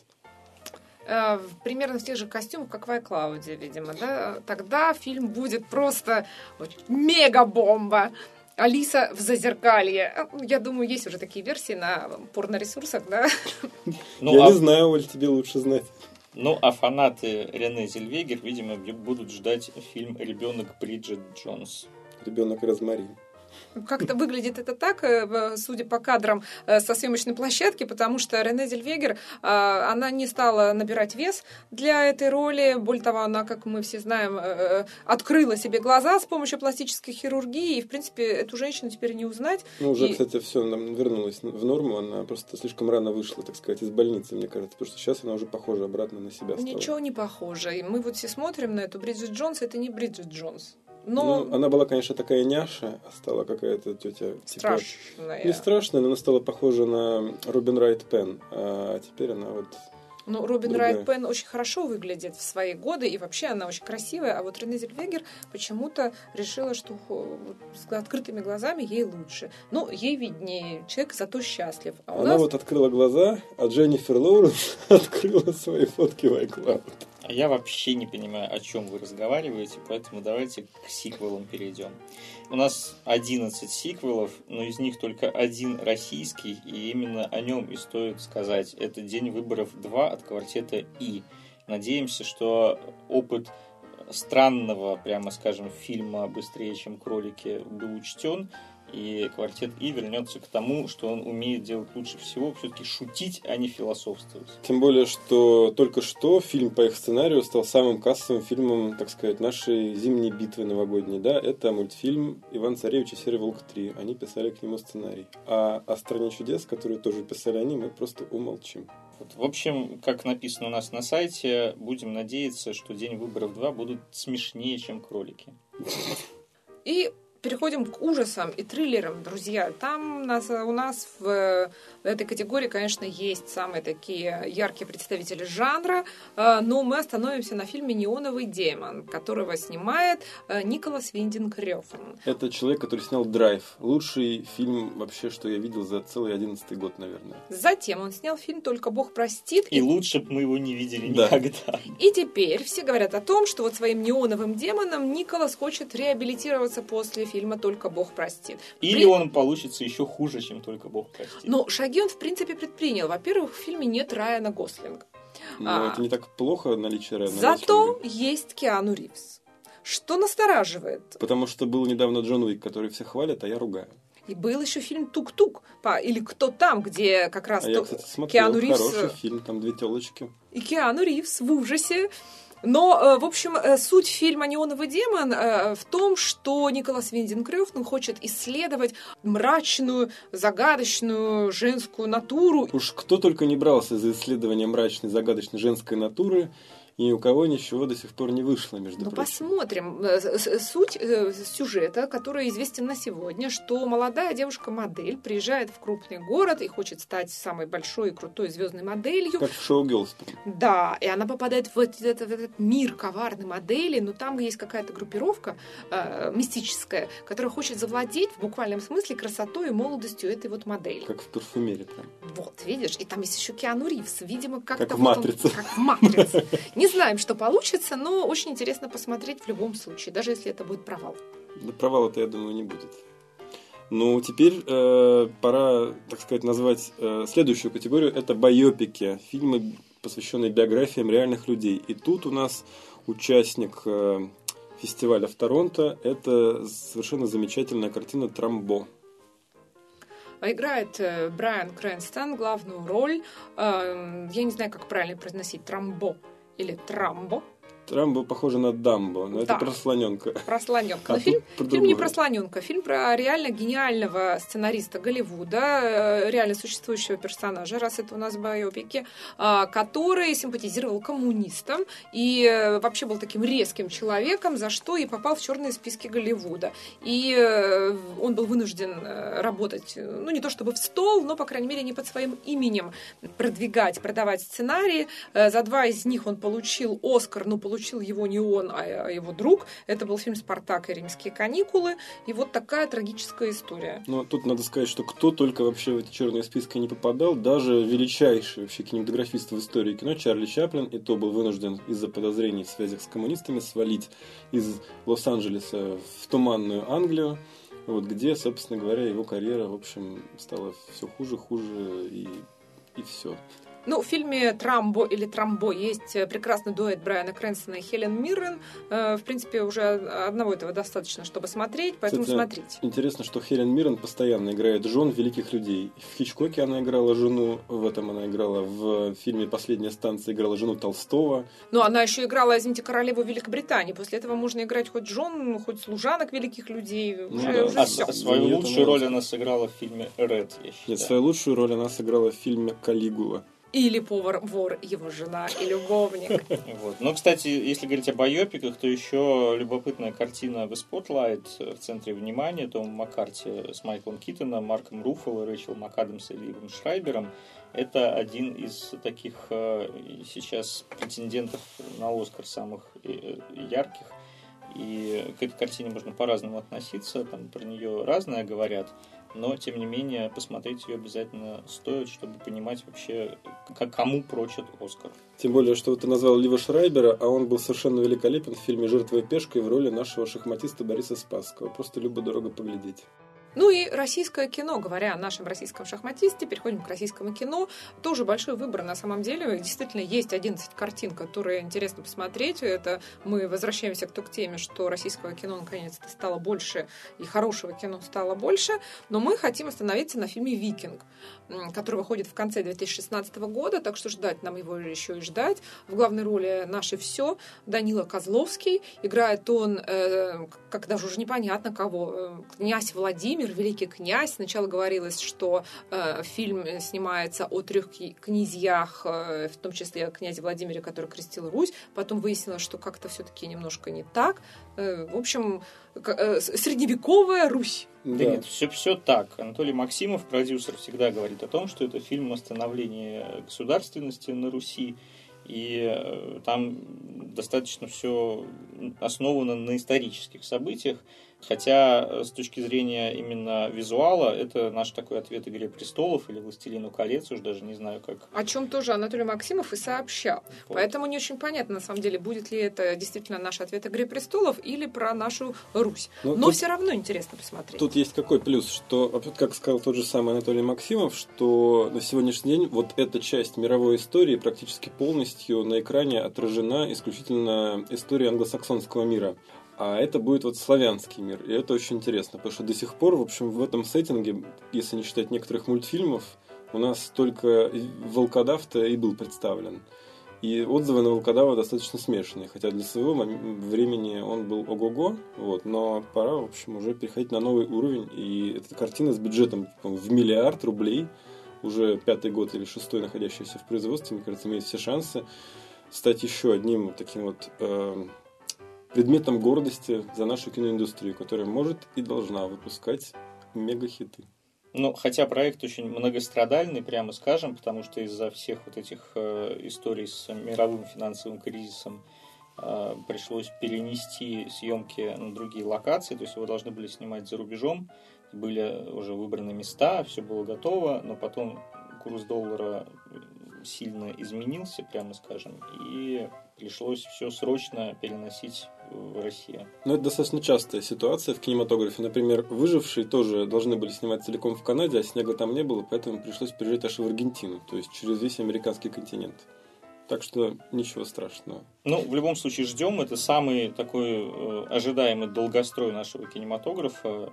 S1: Э, примерно в тех же костюмах, как Вай Клауди, видимо, да? Тогда фильм будет просто вот, мега-бомба. Алиса в Зазеркалье. Я думаю, есть уже такие версии на порноресурсах, да?
S2: Ну, Я а... не знаю, Оль, тебе лучше знать.
S3: Ну, а фанаты Рене Зельвегер, видимо, будут ждать фильм «Ребенок Бриджит Джонс».
S2: «Ребенок Розмари».
S1: Как-то выглядит это так, судя по кадрам со съемочной площадки, потому что Рене Зельвегер, она не стала набирать вес для этой роли. Более того, она, как мы все знаем, открыла себе глаза с помощью пластической хирургии, и, в принципе, эту женщину теперь не узнать.
S2: Ну, уже,
S1: и...
S2: кстати, все, она вернулась в норму, она просто слишком рано вышла, так сказать, из больницы, мне кажется, потому что сейчас она уже похожа обратно на себя стала.
S1: Ничего не похоже. И мы вот все смотрим на эту Бриджит Джонс, это не Бриджит Джонс. Но...
S2: Ну, она была, конечно, такая няша, а стала какая-то тетя...
S1: Страшная.
S2: Типа, не страшная, но она стала похожа на Робин Райт Пен. А теперь она вот...
S1: Ну, Робин
S2: другая.
S1: Райт Пен очень хорошо выглядит в свои годы, и вообще она очень красивая, а вот Рене Зельвегер почему-то решила, что с открытыми глазами ей лучше. Ну, ей виднее, человек зато счастлив. А у
S2: она
S1: нас...
S2: вот открыла глаза, а Дженнифер Лоуренс открыла свои фотки в iCloud.
S3: А я вообще не понимаю, о чем вы разговариваете, поэтому давайте к сиквелам перейдем. У нас одиннадцать сиквелов, но из них только один российский, и именно о нем и стоит сказать. Это «День выборов два» от квартета «И». Надеемся, что опыт странного, прямо скажем, фильма «Быстрее, чем кролики» был учтен, и квартет «И» вернется к тому, что он умеет делать лучше всего, все-таки шутить, а не философствовать.
S2: Тем более, что только что фильм по их сценарию стал самым кассовым фильмом, так сказать, нашей зимней битвы новогодней. Да, это мультфильм «Иван-Царевич и Серый Волк три». Они писали к нему сценарий. А о «Стране чудес», который тоже писали они, мы просто умолчим.
S3: Вот, в общем, как написано у нас на сайте, будем надеяться, что «День выборов два» будут смешнее, чем кролики.
S1: И переходим к ужасам и триллерам, друзья. Там у нас, у нас в этой категории, конечно, есть самые такие яркие представители жанра, но мы остановимся на фильме «Неоновый демон», которого снимает Николас Виндинг Рёфен.
S2: Это человек, который снял «Драйв». Лучший фильм вообще, что я видел за целый одиннадцатый год, наверное.
S1: Затем он снял фильм «Только Бог простит».
S3: И, и... лучше бы мы его не видели да. никогда.
S1: И теперь все говорят о том, что вот своим неоновым демоном Николас хочет реабилитироваться после фильма «Только Бог простит».
S3: Или
S1: При...
S3: он получится еще хуже, чем «Только Бог простит».
S1: Но шаги он, в принципе, предпринял. Во-первых, в фильме нет Райана Гослинга.
S2: Но а... это не так плохо, наличие Райана
S1: Зато
S2: Гослинга.
S1: Есть Киану Ривз. Что настораживает?
S2: Потому что был недавно Джон Уик, который все хвалят, а я ругаю.
S1: И был еще фильм «Тук-тук», или «Кто там», где как раз
S2: а я, кстати, смотрел,
S1: Киану Ривз...
S2: хороший фильм, там две телочки.
S1: И Киану Ривз в ужасе. Но, в общем, суть фильма «Неоновый демон» в том, что Николас Виндинг Рёфен хочет исследовать мрачную, загадочную женскую натуру.
S2: Уж кто только не брался за исследование мрачной, загадочной женской натуры, и ни у кого ничего до сих пор не вышло, между
S1: ну,
S2: прочим.
S1: Посмотрим. Суть сюжета, который известен на сегодня, что молодая девушка-модель приезжает в крупный город и хочет стать самой большой и крутой звездной моделью.
S2: Как в шоу «Герлз».
S1: Да, и она попадает в этот, в этот мир коварной модели, но там есть какая-то группировка э, мистическая, которая хочет завладеть в буквальном смысле красотой и молодостью этой вот модели.
S2: Как в парфюмерии прям.
S1: Вот, видишь? И там есть еще Киану Ривз. Видимо, как-то...
S2: Как в
S1: вот
S2: «Матрице».
S1: Он, как в «Матрице». Не знаем, что получится, но очень интересно посмотреть в любом случае, даже если это будет провал.
S2: Да, провала-то, я думаю, не будет. Ну, теперь э, пора, так сказать, назвать э, следующую категорию. Это байопики. Фильмы, посвященные биографиям реальных людей. И тут у нас участник э, фестиваля в Торонто. Это совершенно замечательная картина «Трамбо».
S1: Играет э, Брайан Крэнстон главную роль. Э, я не знаю, как правильно произносить. Трамбо или Трамбо.
S2: Трамбо похоже на Дамбо, но да. Это про слоненка.
S1: Про слоненка. Но
S2: а
S1: фильм,
S2: про
S1: фильм не про слоненка, фильм про реально гениального сценариста Голливуда, реально существующего персонажа, раз это у нас байопики, который симпатизировал коммунистам и вообще был таким резким человеком, за что и попал в черные списки Голливуда. И он был вынужден работать, ну не то чтобы в стол, но, по крайней мере, не под своим именем продвигать, продавать сценарии. За два из них он получил Оскар, ну, получил Получил его не он, а его друг. Это был фильм «Спартак» и «Римские каникулы». И вот такая трагическая история.
S2: Ну, тут надо сказать, что кто только вообще в эти черные списки не попадал, даже величайший вообще кинематографист в истории кино Чарли Чаплин, и то был вынужден из-за подозрений в связях с коммунистами свалить из Лос-Анджелеса в туманную Англию, вот, где, собственно говоря, его карьера, в общем, стала все хуже, хуже и, и все.
S1: Ну, в фильме «Трамбо» или «Трамбо» есть прекрасный дуэт Брайана Крэнстона и Хелен Миррен. В принципе, уже одного этого достаточно, чтобы смотреть, поэтому
S2: Кстати,
S1: смотрите.
S2: Интересно, что Хелен Миррен постоянно играет жен великих людей. В «Хичкоке» она играла жену, в этом она играла, в фильме «Последняя станция» играла жену Толстого.
S1: Ну, она еще играла, извините, королеву Великобритании. После этого можно играть хоть жен, хоть служанок великих людей.
S2: Ну,
S1: уже,
S2: да.
S1: уже
S3: а,
S1: все.
S3: А свою
S2: Нет,
S3: лучшую
S2: она...
S3: роль она сыграла в фильме «Ред», я считаю.
S2: Нет, свою лучшую роль она сыграла в фильме «Калигула».
S1: Или повар-вор, его жена и любовник.
S3: Вот. Но, кстати, если говорить о байопиках, то еще любопытная картина «The Spotlight» в центре внимания Тома Маккарти с Майклом Китоном, Марком Руффало, Рэйчел МакАдамс и Ливом Шрайбером. Это один из таких сейчас претендентов на Оскар самых ярких. И к этой картине можно по-разному относиться, там про нее разное говорят. Но, тем не менее, посмотреть ее обязательно стоит, чтобы понимать вообще, к кому прочат Оскар.
S2: Тем более, что ты назвал Лива Шрайбера, а он был совершенно великолепен в фильме «Жертва пешкой» в роли нашего шахматиста Бориса Спасского. Просто любо-дорого поглядеть.
S1: Ну и российское кино. Говоря о нашем российском шахматисте, переходим к российскому кино. Тоже большой выбор на самом деле. Действительно, есть одиннадцать картин, которые интересно посмотреть. Это мы возвращаемся к той теме, что российского кино наконец-то стало больше, и хорошего кино стало больше. Но мы хотим остановиться на фильме «Викинг», который выходит в конце две тысячи шестнадцатого года, так что ждать нам его еще и ждать. В главной роли «Наше все» Данила Козловский. Играет он, э, как даже уже непонятно кого, князь Владимир, Владимир, великий князь. Сначала говорилось, что э, фильм снимается о трех князьях, э, в том числе о князе Владимире, который крестил Русь. Потом выяснилось, что как-то все-таки немножко не так. Э, в общем, э, средневековая Русь.
S3: Да, да нет, все, все так. Анатолий Максимов, продюсер, всегда говорит о том, что это фильм о становлении государственности на Руси. И там достаточно все основано на исторических событиях. Хотя с точки зрения именно визуала, это наш такой ответ «Игре престолов» или «Властелину колец», уж даже не знаю как.
S1: О чем тоже Анатолий Максимов и сообщал. Вот. Поэтому не очень понятно, на самом деле, будет ли это действительно наш ответ «Игре престолов» или про нашу Русь. Но, Но тут, все равно интересно посмотреть.
S2: Тут есть какой плюс, что, как сказал тот же самый Анатолий Максимов, что на сегодняшний день вот эта часть мировой истории практически полностью на экране отражена исключительно историей англосаксонского мира. А это будет вот славянский мир. И это очень интересно, потому что до сих пор, в общем, в этом сеттинге, если не считать некоторых мультфильмов, у нас только волкодав-то и был представлен. И отзывы на волкодава достаточно смешанные, хотя для своего времени он был ого-го, вот, но пора, в общем, уже переходить на новый уровень. И эта картина с бюджетом в миллиард рублей, уже пятый год или шестой находящийся в производстве, мне кажется, имеет все шансы стать еще одним вот таким вот... Э- предметом гордости за нашу киноиндустрию, которая может и должна выпускать мега-хиты.
S3: Ну, хотя проект очень многострадальный, прямо скажем, потому что из-за всех вот этих э, историй с мировым финансовым кризисом э, пришлось перенести съемки на другие локации, то есть его должны были снимать за рубежом, были уже выбраны места, все было готово, но потом курс доллара сильно изменился, прямо скажем, и пришлось все срочно переносить в Россию.
S2: Но это достаточно частая ситуация в кинематографе. Например, «Выжившие» тоже должны были снимать целиком в Канаде, а снега там не было, поэтому пришлось переезжать аж в Аргентину, то есть через весь американский континент. Так что ничего страшного.
S3: Ну, в любом случае, ждем. Это самый такой э, ожидаемый долгострой нашего кинематографа.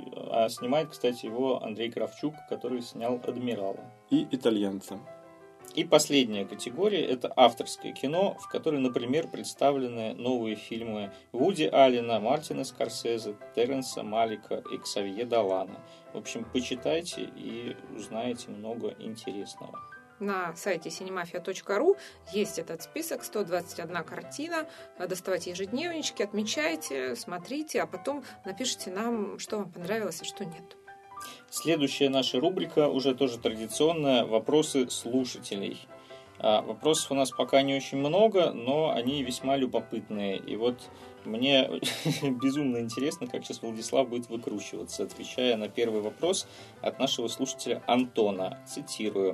S3: А снимает, кстати, его Андрей Кравчук, который снял «Адмирала».
S2: И «Итальянца».
S3: И последняя категория – это авторское кино, в которой, например, представлены новые фильмы Вуди Аллена, Мартина Скорсезе, Терренса Малика и Ксавье Долана. В общем, почитайте и узнаете много интересного.
S1: На сайте синемафия точка ру есть этот список, сто двадцать одна картина. Доставайте ежедневнички, отмечайте, смотрите, а потом напишите нам, что вам понравилось, а что нет.
S3: Следующая наша рубрика, уже тоже традиционная, вопросы слушателей. А, вопросов у нас пока не очень много, но они весьма любопытные. И вот мне безумно интересно, как сейчас Владислав будет выкручиваться, отвечая на первый вопрос от нашего слушателя Антона. Цитирую.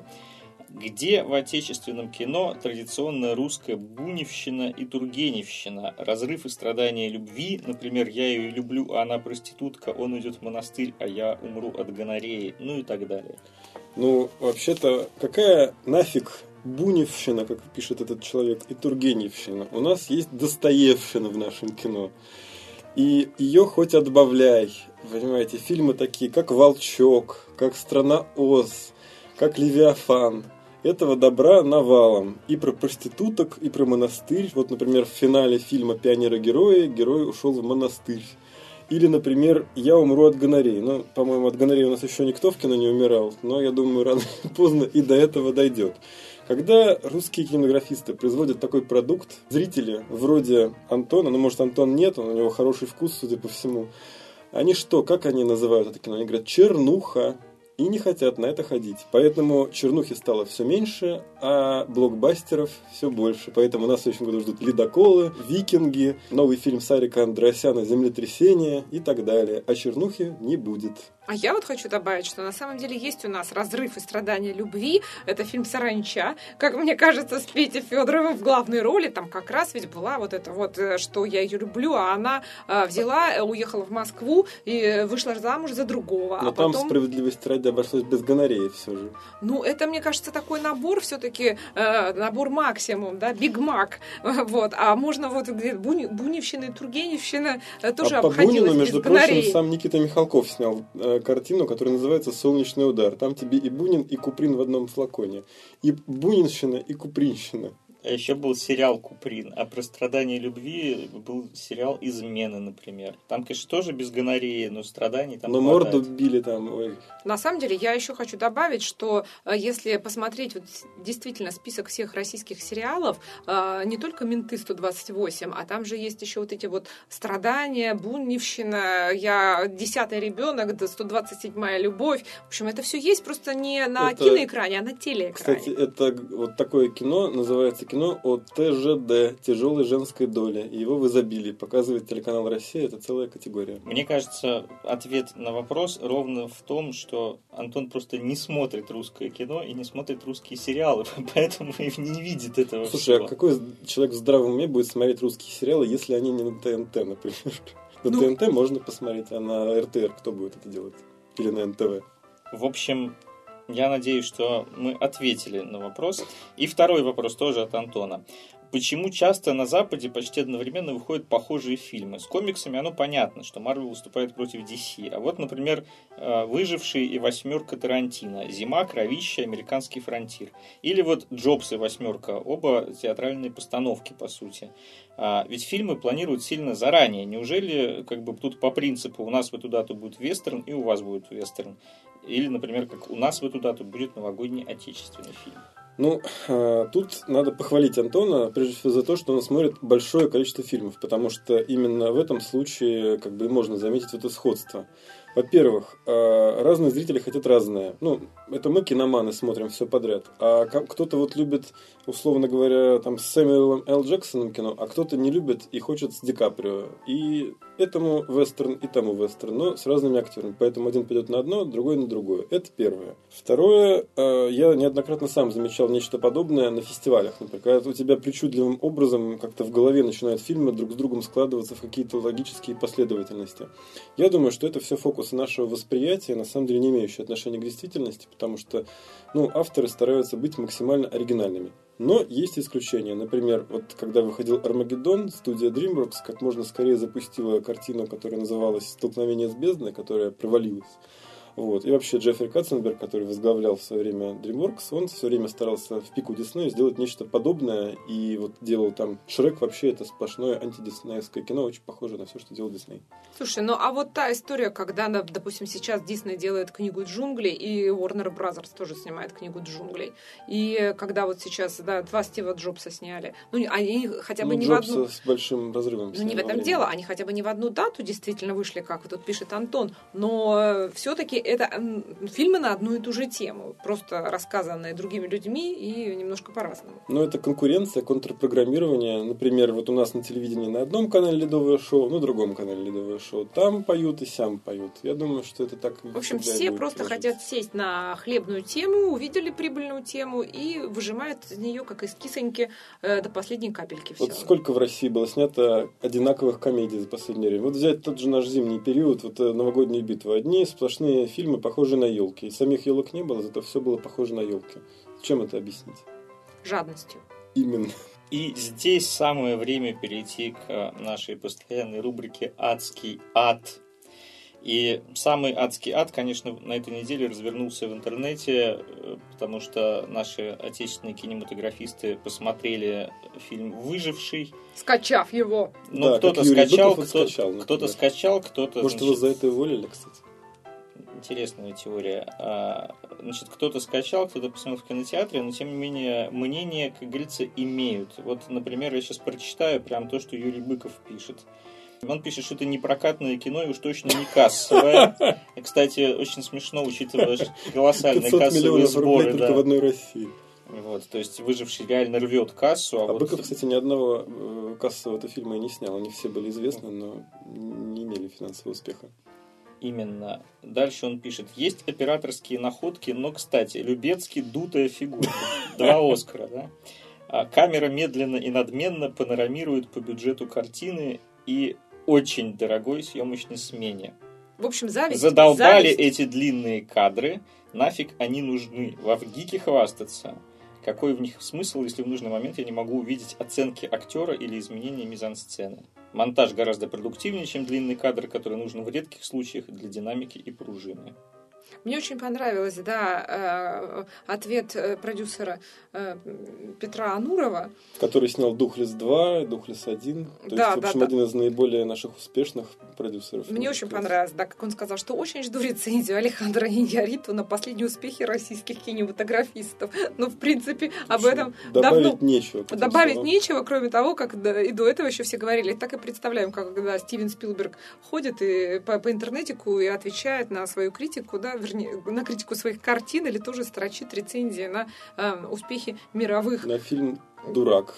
S3: Где в отечественном кино традиционная русская буневщина и тургеневщина? Разрыв и страдания любви, например, я ее люблю, а она проститутка, он уйдет в монастырь, а я умру от гонореи, ну и так далее.
S2: Ну, вообще-то, какая нафиг буневщина, как пишет этот человек, и тургеневщина? У нас есть Достоевщина в нашем кино. И ее хоть отбавляй. Понимаете, фильмы такие, как «Волчок», как «Страна Оз», как «Левиафан». Этого добра навалом. И про проституток, и про монастырь. Вот, например, в финале фильма «Пионеры-герои» герой ушел в монастырь. Или, например, «Я умру от гонореи». Ну, по-моему, от гонореи у нас еще никто в кино не умирал, но я думаю, рано или поздно и до этого дойдет. Когда русские кинематографисты производят такой продукт, зрители вроде Антона, ну, может, Антон нет, у него хороший вкус, судя по всему, они что, как они называют это кино? Они говорят «чернуха». И не хотят на это ходить. Поэтому чернухи стало все меньше, а блокбастеров все больше. Поэтому нас в следующем году ждут «Ледоколы», «Викинги», новый фильм Сарика Андреасяна «Землетрясение» и так далее. А чернухи не будет.
S1: А я вот хочу добавить, что на самом деле есть у нас «Разрыв и страдания любви». Это фильм «Саранча», как мне кажется, с Петей Федоровым в главной роли. Там как раз ведь была вот это вот, что я ее люблю, а она взяла, уехала в Москву и вышла замуж за другого.
S2: Но
S1: а
S2: там,
S1: потом...
S2: справедливости ради, обошлось без гонореи все же.
S1: Ну, это, мне кажется, такой набор все-таки, э, набор максимум, да, Биг Мак. Вот. А можно вот где Буни, Буневщина и Тургеневщина э, тоже
S2: а
S1: обходилась
S2: по Бунину, между
S1: без гонореи.
S2: прочим, сам Никита Михалков снял э, картину, которая называется «Солнечный удар». Там тебе и Бунин, и Куприн в одном флаконе. И Бунинщина, и Купринщина.
S3: А еще был сериал «Куприн», а про страдания любви был сериал «Измены», например. Там, конечно, тоже без гонореи, но страданий там
S2: Но
S3: хватает.
S2: морду били там, ой.
S1: На самом деле, я еще хочу добавить, что э, если посмотреть вот, действительно список всех российских сериалов, э, не только «Менты сто двадцать восемь», а там же есть еще вот эти вот страдания, Бунневщина, я десятый ребенок, да, сто двадцать седьмая любовь. В общем, это все есть просто не на
S2: Это,
S1: киноэкране, а на телеэкране.
S2: Кстати, это вот такое кино, называется кино о тэ жэ дэ, тяжелой женской доле. И его в изобилии показывает телеканал «Россия», это целая категория.
S3: Мне кажется, ответ на вопрос ровно в том, что Антон просто не смотрит русское кино и не смотрит русские сериалы, поэтому и не видит этого
S2: Слушай,
S3: всего.
S2: а какой человек в здравом уме будет смотреть русские сериалы, если они не на тэ эн тэ, например? На
S1: Ну...
S2: тэ эн тэ можно посмотреть, а на эр тэ эр кто будет это делать? Или на эн тэ вэ?
S3: В общем, я надеюсь, что мы ответили на вопрос. И второй вопрос тоже от Антона. Почему часто на Западе почти одновременно выходят похожие фильмы? С комиксами оно понятно, что Марвел выступает против ди си. А вот, например, «Выживший» и «Восьмерка» Тарантино. «Зима», «Кровище», «Американский фронтир». Или вот «Джобс» и «Восьмерка». Оба театральные постановки, по сути. А ведь фильмы планируют сильно заранее. Неужели как бы тут по принципу у нас в эту дату будет вестерн и у вас будет вестерн? Или, например, как у нас в эту дату будет новогодний отечественный фильм?
S2: Ну, тут надо похвалить Антона, прежде всего, за то, что он смотрит большое количество фильмов, потому что именно в этом случае как бы можно заметить это сходство. Во-первых, разные зрители хотят разное. Ну, это мы, киноманы, смотрим все подряд. А кто-то вот любит, условно говоря, там, с Сэмюэлом Л. Джексоном кино, а кто-то не любит и хочет с Ди Каприо. И этому вестерн, и тому вестерн, но с разными актерами. Поэтому один пойдет на одно, другой на другое. Это первое. Второе, я неоднократно сам замечал нечто подобное на фестивалях. Например, когда у тебя причудливым образом как-то в голове начинают фильмы друг с другом складываться в какие-то логические последовательности. Я думаю, что это все фокус нашего восприятия, на самом деле не имеющие отношения к действительности, потому что ну, авторы стараются быть максимально оригинальными. Но есть исключения. Например, вот когда выходил «Армагеддон», студия DreamWorks как можно скорее запустила картину, которая называлась «Столкновение с бездной», которая провалилась. Вот. И вообще Джеффри Катценберг, который возглавлял в свое время DreamWorks, он все время старался в пику Диснея сделать нечто подобное. И вот делал там «Шрек», вообще это сплошное антидиснеевское кино, очень похоже на все, что делал Дисней.
S1: Слушай, ну а вот та история, когда, допустим, сейчас Дисней делает «Книгу джунглей», и Warner Brothers тоже снимает «Книгу джунглей». И когда вот сейчас, да, два Стива Джобса сняли, ну, они хотя бы
S2: ну,
S1: не
S2: Джобса
S1: в одну...
S2: с большим разрывом.
S1: Ну, не в этом дело, они хотя бы не в одну дату действительно вышли, как вот тут пишет Антон, но все-таки это фильмы на одну и ту же тему, просто рассказанные другими людьми и немножко по-разному.
S2: Ну, это конкуренция, контрпрограммирование. Например, вот у нас на телевидении на одном канале ледовое шоу, на другом канале ледовое шоу. Там поют и сям поют. Я думаю, что это так...
S1: В общем, все просто сложиться. Хотят сесть на хлебную тему, увидели прибыльную тему и выжимают из нее, как из кисоньки, э, до последней капельки.
S2: Вот
S1: все.
S2: сколько в России было снято одинаковых комедий за последнее время. Вот взять тот же наш зимний период, вот новогодние битвы. Одни сплошные фильмы, похожие на елки. И самих елок не было, зато все было похоже на елки. Чем это объяснить?
S1: Жадностью.
S2: Именно.
S3: И здесь самое время перейти к нашей постоянной рубрике «Адский ад». И самый адский ад, конечно, на этой неделе развернулся в интернете, потому что наши отечественные кинематографисты посмотрели фильм «Выживший».
S1: Скачав его.
S3: Ну,
S2: да,
S3: кто-то скачал, кто,
S2: скачал,
S3: кто-то скачал, кто-то...
S2: Может,
S3: значит,
S2: его за это уволили, кстати?
S3: Интересная теория. Значит, кто-то скачал, кто-то посмотрел в кинотеатре, но, тем не менее, мнения, как говорится, имеют. Вот, например, я сейчас прочитаю прям то, что Юрий Быков пишет. Он пишет, что это не прокатное кино и уж точно не кассовое. И, кстати, очень смешно, учитывая колоссальные кассовые сборы.
S2: Только
S3: да.
S2: в одной России.
S3: Вот, то есть «Выживший» реально рвет кассу. А,
S2: а
S3: вот...
S2: Быков, кстати, ни одного кассового фильма и не снял. Они все были известны, но не имели финансового успеха.
S3: Именно. Дальше он пишет. Есть операторские находки, но, кстати, Любецкий дутая фигура. Два Оскара, да? А камера медленно и надменно панорамирует по бюджету картины и очень дорогой съемочной смене.
S1: В общем, зависть.
S3: Задолбали
S1: зависть.
S3: эти длинные кадры. Нафиг они нужны? Во ВГИКе хвастаться. Какой в них смысл, если в нужный момент я не могу увидеть оценки актера или изменения мизансцены? Монтаж гораздо продуктивнее, чем длинный кадр, который нужен в редких случаях для динамики и пружины.
S1: Мне очень понравилось, да, ответ продюсера Петра Анурова.
S2: Который снял «Духлесс два», «Духлесс один». То
S1: да,
S2: есть, в общем,
S1: да,
S2: один
S1: да.
S2: из наиболее наших успешных продюсеров.
S1: Мне очень понравилось, да, как он сказал, что очень жду рецензию Алехандро Иньярриту на последние успехи российских кинематографистов. Ну, в принципе, об
S2: общем,
S1: этом
S2: добавить
S1: давно...
S2: нечего.
S1: Добавить
S2: словам.
S1: нечего, кроме того, как и до этого еще все говорили. Так и представляем, как когда Стивен Спилберг ходит и по, по интернетику и отвечает на свою критику, да, вернее, на критику своих картин, или тоже строчит рецензии на э, успехи мировых.
S2: На фильм «Дурак»,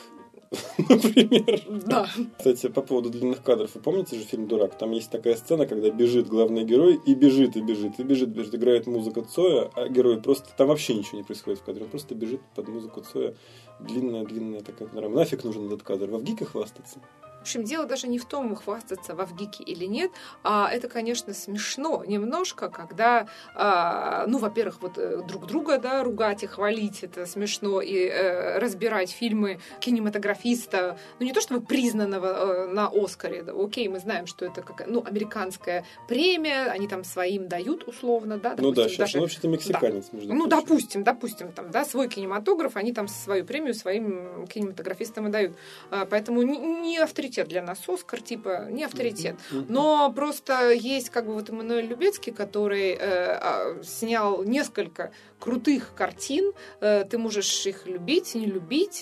S2: например.
S1: Да.
S2: Кстати, по поводу длинных кадров. Вы помните же фильм «Дурак»? Там есть такая сцена, когда бежит главный герой и бежит, и бежит, и бежит, бежит. Играет музыка Цоя, а герой просто... Там вообще ничего не происходит в кадре. Он просто бежит под музыку Цоя. Длинная-длинная такая панорама. Нафиг нужен этот кадр? Во ВГИКе хвастаться?
S1: В общем, дело даже не в том, хвастаться во ВГИКе или нет, а это, конечно, смешно немножко, когда, а, ну, во-первых, вот друг друга, да, ругать и хвалить, это смешно, и э, разбирать фильмы кинематографиста, ну, не то чтобы признанного э, на Оскаре, да, окей, мы знаем, что это какая, ну, американская премия, они там своим дают условно, да, допустим,
S2: ну да, сейчас,
S1: даже,
S2: ну, вообще-то мексиканец,
S1: да.
S2: между
S1: Ну,
S2: прочим.
S1: допустим, допустим, там, да, свой кинематограф, они там свою премию своим кинематографистам и дают, а, поэтому не, не авторитет для нас Оскар, типа, не авторитет.
S2: Mm-hmm.
S1: Но просто есть как бы вот Эммануэль Любецкий, который э, снял несколько крутых картин. Э, ты можешь их любить, не любить,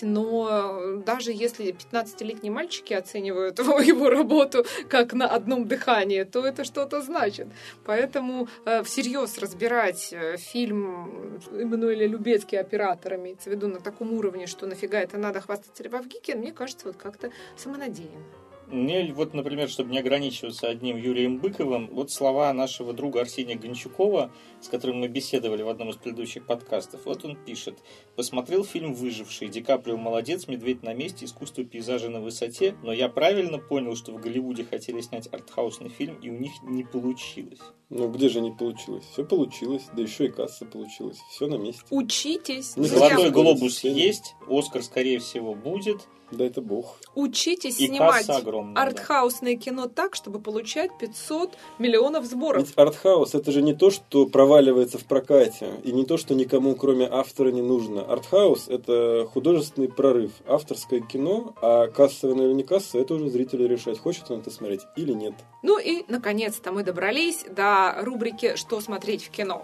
S1: но даже если пятнадцатилетние мальчики оценивают его работу как на одном дыхании, то это что-то значит. Поэтому э, всерьез разбирать фильм Эммануэля Любецкий, оператор, имеется в виду, на таком уровне, что нафига это надо хвастаться во ВГИКе, мне кажется, вот как-то самонадеянно.
S3: Мне вот, например, чтобы не ограничиваться одним Юрием Быковым, вот слова нашего друга Арсения Гончукова, с которым мы беседовали в одном из предыдущих подкастов. Вот он пишет. Посмотрел фильм «Выживший». Ди Каприо молодец, медведь на месте, искусство пейзажа на высоте. Но я правильно понял, что в Голливуде хотели снять артхаусный фильм, и у них не получилось.
S2: Ну, где же не получилось? Все получилось, да еще и касса получилась. Все на месте.
S1: Учитесь.
S2: Ну,
S3: Золотой
S2: я...
S3: глобус есть, Оскар, скорее всего, будет.
S2: Да это бог.
S1: Учитесь
S3: И
S1: снимать
S3: огромная,
S1: артхаусное да. кино так, чтобы получать пятьсот миллионов сборов.
S2: Ведь артхаус — это же не то, что проваливается в прокате, и не то, что никому, кроме автора, не нужно. Артхаус — это художественный прорыв, авторское кино, а кассовое или не кассовое — это уже зрителю решать, хочет он это смотреть или нет.
S1: Ну и, наконец-то, мы добрались до рубрики «Что смотреть в кино».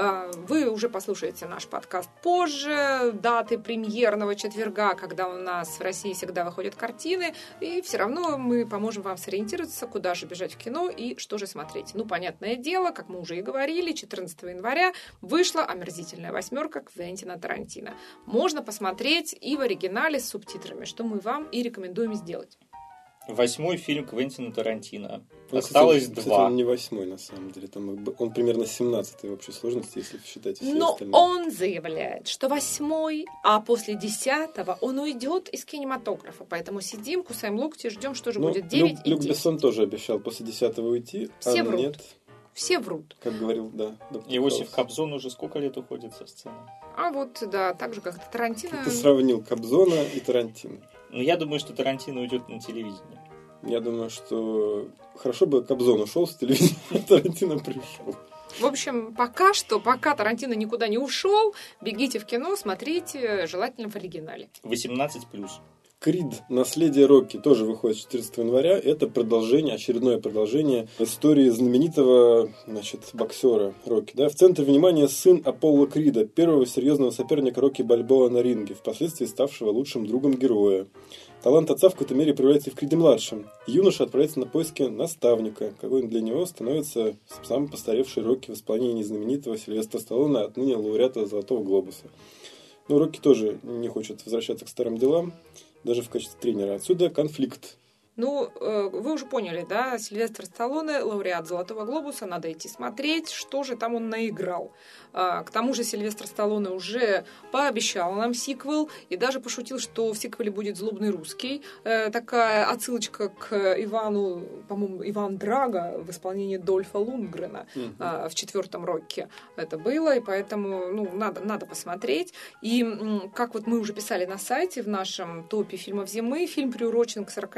S1: Вы уже послушаете наш подкаст позже, даты премьерного четверга, когда у нас в России всегда выходят картины, и все равно мы поможем вам сориентироваться, куда же бежать в кино и что же смотреть. Ну, понятное дело, как мы уже и говорили, четырнадцатого января вышла «Омерзительная восьмерка» Квентина Тарантино. Можно посмотреть и в оригинале с субтитрами, что мы вам и рекомендуем сделать.
S3: Восьмой фильм Квентина Тарантино.
S2: Ну,
S3: Осталось
S2: кстати,
S3: два.
S2: Кстати, он не восьмой, на самом деле. Там, он примерно семнадцатый в общей сложности, если считать все
S1: Но
S2: остальные.
S1: он заявляет, что восьмой, а после десятого он уйдет из кинематографа. Поэтому сидим, кусаем локти, ждем, что же
S2: ну,
S1: будет девять
S2: Люк,
S1: и
S2: Люк
S1: десять.
S2: Бессон тоже обещал после десятого уйти,
S1: Все
S2: а
S1: врут.
S2: нет.
S1: Все врут.
S2: Как говорил, да, доктор
S3: Иосиф
S2: Хаус.
S3: Кобзон уже сколько лет уходит со сцены?
S1: А вот, да, так же, как и Тарантино.
S2: Ты сравнил Кобзона и Тарантино.
S3: Но я думаю, что Тарантино уйдет на телевидение.
S2: Я думаю, что хорошо бы Кобзон ушел с телевидения, а Тарантино пришел.
S1: В общем, пока что, пока Тарантино никуда не ушел, бегите в кино, смотрите, желательно в оригинале.
S3: восемнадцать плюс.
S2: Крид. Наследие Рокки тоже выходит четырнадцатого января. Это продолжение, очередное продолжение истории знаменитого, значит, боксера Рокки. Да? В центре внимания сын Аполло Крида, первого серьезного соперника Рокки Бальбоа на ринге, впоследствии ставшего лучшим другом героя. Талант отца в какой-то мере проявляется и в Криде-младшем. Юноша отправляется на поиски наставника, какой для него становится самый постаревший Рокки в исполнении знаменитого Сильвестра Сталлоне, отныне лауреата Золотого глобуса. Но Рокки тоже не хочет возвращаться к старым делам, даже в качестве тренера. Отсюда конфликт.
S1: Ну, вы уже поняли, да, Сильвестр Сталлоне, лауреат Золотого глобуса, надо идти смотреть, что же там он наиграл. К тому же Сильвестр Сталлоне уже пообещал нам сиквел и даже пошутил, что в сиквеле будет «Злобный русский». Такая отсылочка к Ивану, по-моему, Иван Драго в исполнении Дольфа Лундгрена mm-hmm. в четвертом Рокки это было, и поэтому ну, надо, надо посмотреть. И как вот мы уже писали на сайте в нашем топе фильмов зимы, фильм приурочен к сорокалетию Франции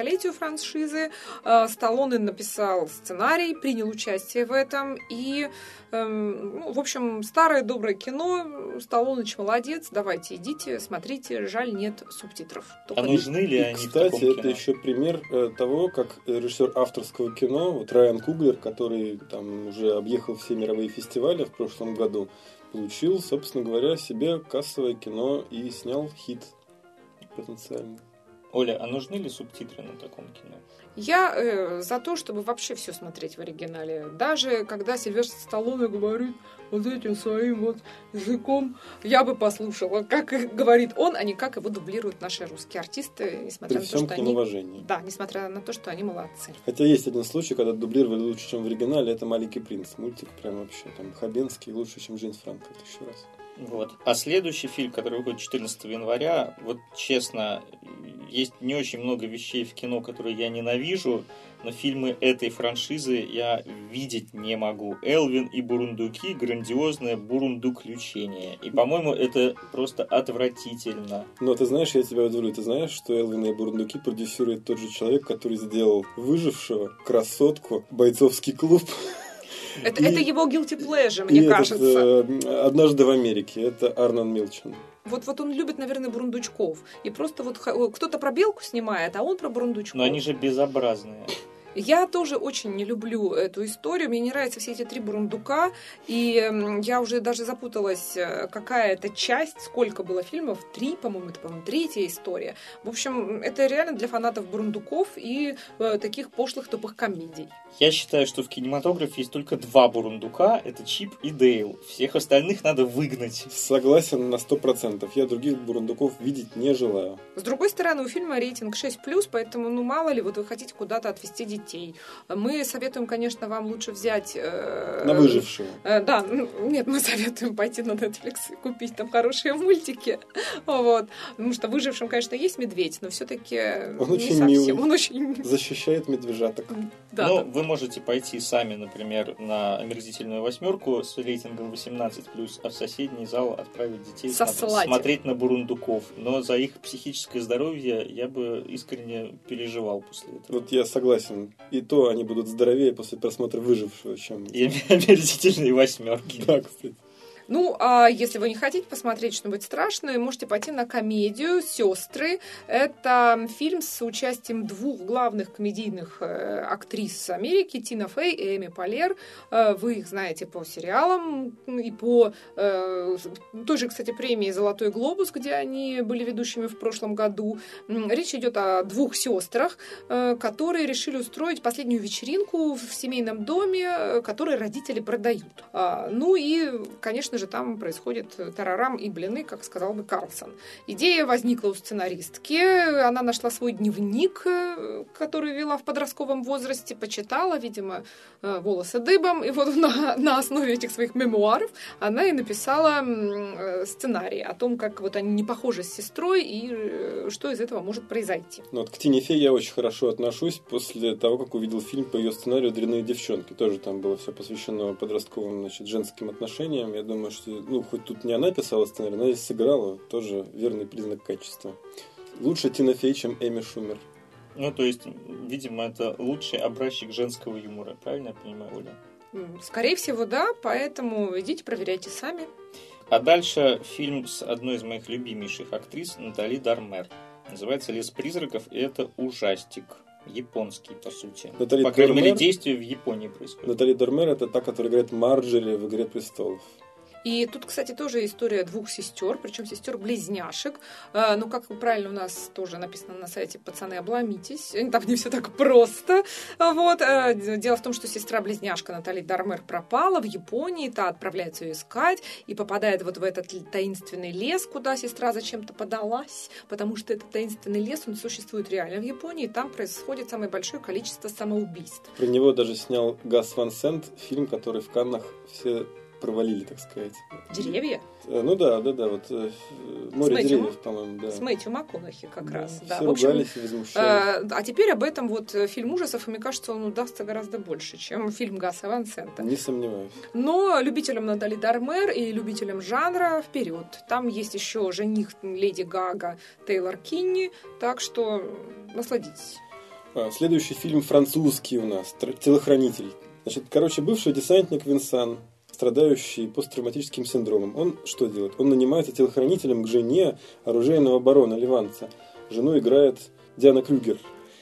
S1: франшизы. Сталлоне написал сценарий, принял участие в этом. И, ну, в общем, старое доброе кино. Сталлоныч молодец. Давайте, идите, смотрите. Жаль, нет субтитров.
S3: Только... А нужны ли
S2: и,
S3: они
S2: кстати,
S3: в таком кино?
S2: Это еще пример того, как режиссер авторского кино, вот Райан Куглер, который там уже объехал все мировые фестивали в прошлом году, получил, собственно говоря, себе кассовое кино и снял хит потенциально.
S3: Оля, а нужны ли субтитры на таком кино?
S1: Я э, за то, чтобы вообще все смотреть в оригинале. Даже когда Сильвестр Сталлоне говорит вот этим своим вот языком, я бы послушала, как говорит он, а не как его дублируют наши русские артисты, несмотря
S2: При
S1: на то, что они...
S2: уважении.
S1: Да, несмотря на то, что они молодцы.
S2: Хотя есть один случай, когда дублировали лучше, чем в оригинале, это «Маленький принц». Мультик прям вообще, там, Хабенский лучше, чем Джеймс Франко, это еще раз.
S3: Вот. А следующий фильм, который выходит четырнадцатого января, вот честно, есть не очень много вещей в кино, которые я ненавижу, но фильмы этой франшизы я видеть не могу. «Элвин и бурундуки», грандиозное бурундуключение. И, по-моему, это просто отвратительно.
S2: Но ты знаешь, я тебя удивлю, ты знаешь, что «Элвин и бурундуки» продюсирует тот же человек, который сделал «Выжившего», «Красотку», «Бойцовский клуб».
S1: Это,
S2: и,
S1: это его guilty pleasure, мне
S2: и
S1: кажется.
S2: Этот, э, «Однажды в Америке». Это Арнон Милчен.
S1: Вот, вот он любит, наверное, бурундучков. И просто вот кто-то про белку снимает, а он про бурундучков.
S3: Но они же безобразные.
S1: Я тоже очень не люблю эту историю. Мне не нравятся все эти три бурундука. И я уже даже запуталась, какая это часть, сколько было фильмов. Три, по-моему, это, по-моему, третья история. В общем, это реально для фанатов бурундуков и э, таких пошлых тупых комедий.
S3: Я считаю, что в кинематографе есть только два бурундука. Это Чип и Дейл. Всех остальных надо выгнать.
S2: Согласен на сто процентов. Я других бурундуков видеть не желаю.
S1: С другой стороны, у фильма рейтинг шесть плюс, поэтому, ну, мало ли, вот вы хотите куда-то отвезти детей. Мы советуем, конечно, вам лучше взять... Э,
S2: на «Выжившего».
S1: Э, да, нет, мы советуем пойти на Netflix и купить там хорошие мультики. Вот. Потому что в «Выжившем», конечно, есть медведь, но все-таки
S2: он
S1: не
S2: очень
S1: совсем.
S2: милый.
S1: Он очень...
S2: защищает медвежаток.
S1: Да,
S3: ну,
S1: да.
S3: Вы можете пойти сами, например, на «Омерзительную восьмерку» с рейтингом восемнадцать плюс, а в соседний зал отправить детей
S1: Сослать.
S3: смотреть на бурундуков. Но за их психическое здоровье я бы искренне переживал после этого.
S2: Вот я согласен. И то они будут здоровее после просмотра «Выжившего», чем...
S3: И «Омерзительные восьмерки».
S2: Да, кстати.
S1: Ну, а если вы не хотите посмотреть что-нибудь страшное, можете пойти на комедию «Сестры». Это фильм с участием двух главных комедийных э, актрис Америки, Тина Фей и Эми Полер. Э, вы их знаете по сериалам и по э, той же, кстати, премии «Золотой глобус», где они были ведущими в прошлом году. Речь идет о двух сестрах, э, которые решили устроить последнюю вечеринку в семейном доме, который родители продают. А, ну и, конечно же, там происходит тарарам и блины, как сказал бы Карлсон. Идея возникла у сценаристки. Она нашла свой дневник, который вела в подростковом возрасте, почитала, видимо, волосы дыбом. И вот на, на основе этих своих мемуаров она и написала сценарий о том, как вот они не похожи с сестрой и что из этого может произойти.
S2: Ну, вот к Тине Фей я очень хорошо отношусь после того, как увидел фильм по ее сценарию «Дрянные девчонки». Тоже там было все посвящено подростковым, значит, женским отношениям. Я думаю, что, ну, хоть тут не она писала сценарий, она здесь сыграла, тоже верный признак качества. Лучше Тина Фей, чем Эми Шумер.
S3: Ну, то есть, видимо, это лучший образчик женского юмора, правильно я понимаю, Оля?
S1: Скорее всего, да, поэтому идите, проверяйте сами.
S3: А дальше фильм с одной из моих любимейших актрис, Натали Дормер. Называется «Лес призраков», и это ужастик. Японский, по сути.
S2: Натали
S3: по крайней
S2: Дормер,
S3: мере, действие в Японии происходит.
S2: Натали Дормер — это та, которая играет Марджери в «Игре престолов».
S1: И тут, кстати, тоже история двух сестер, причем сестер-близняшек. Ну, как правильно у нас тоже написано на сайте «Пацаны, обломитесь». Там не все так просто. Вот. Дело в том, что сестра-близняшка Натали Дормер пропала в Японии, та отправляется ее искать и попадает вот в этот таинственный лес, куда сестра зачем-то подалась, потому что этот таинственный лес, он существует реально в Японии, и там происходит самое большое количество самоубийств.
S2: Про него даже снял Гас Ван Сент, фильм, который в Каннах все провалили, так сказать.
S1: Деревья?
S2: Ну да, да, да, вот «Море
S1: Мэтью,
S2: деревьев», по-моему, да.
S1: С Мэтью МакКонахи как
S2: да,
S1: раз.
S2: Все
S1: Да, в общем,
S2: ругались и возмущались.
S1: А теперь об этом вот фильм ужасов, и мне кажется, он удастся гораздо больше, чем фильм Гаса Ван Сента.
S2: Не сомневаюсь.
S1: Но любителям Натали Дормер и любителям жанра вперед. Там есть еще жених Леди Гага Тейлор Кинни, так что насладитесь.
S2: А, следующий фильм французский у нас, «Телохранитель». Значит, короче, бывший десантник Винсан, страдающий посттравматическим синдромом. Он что делает? Он нанимается телохранителем к жене оружейного барона Ливанца. Жену играет Диана Крюгер.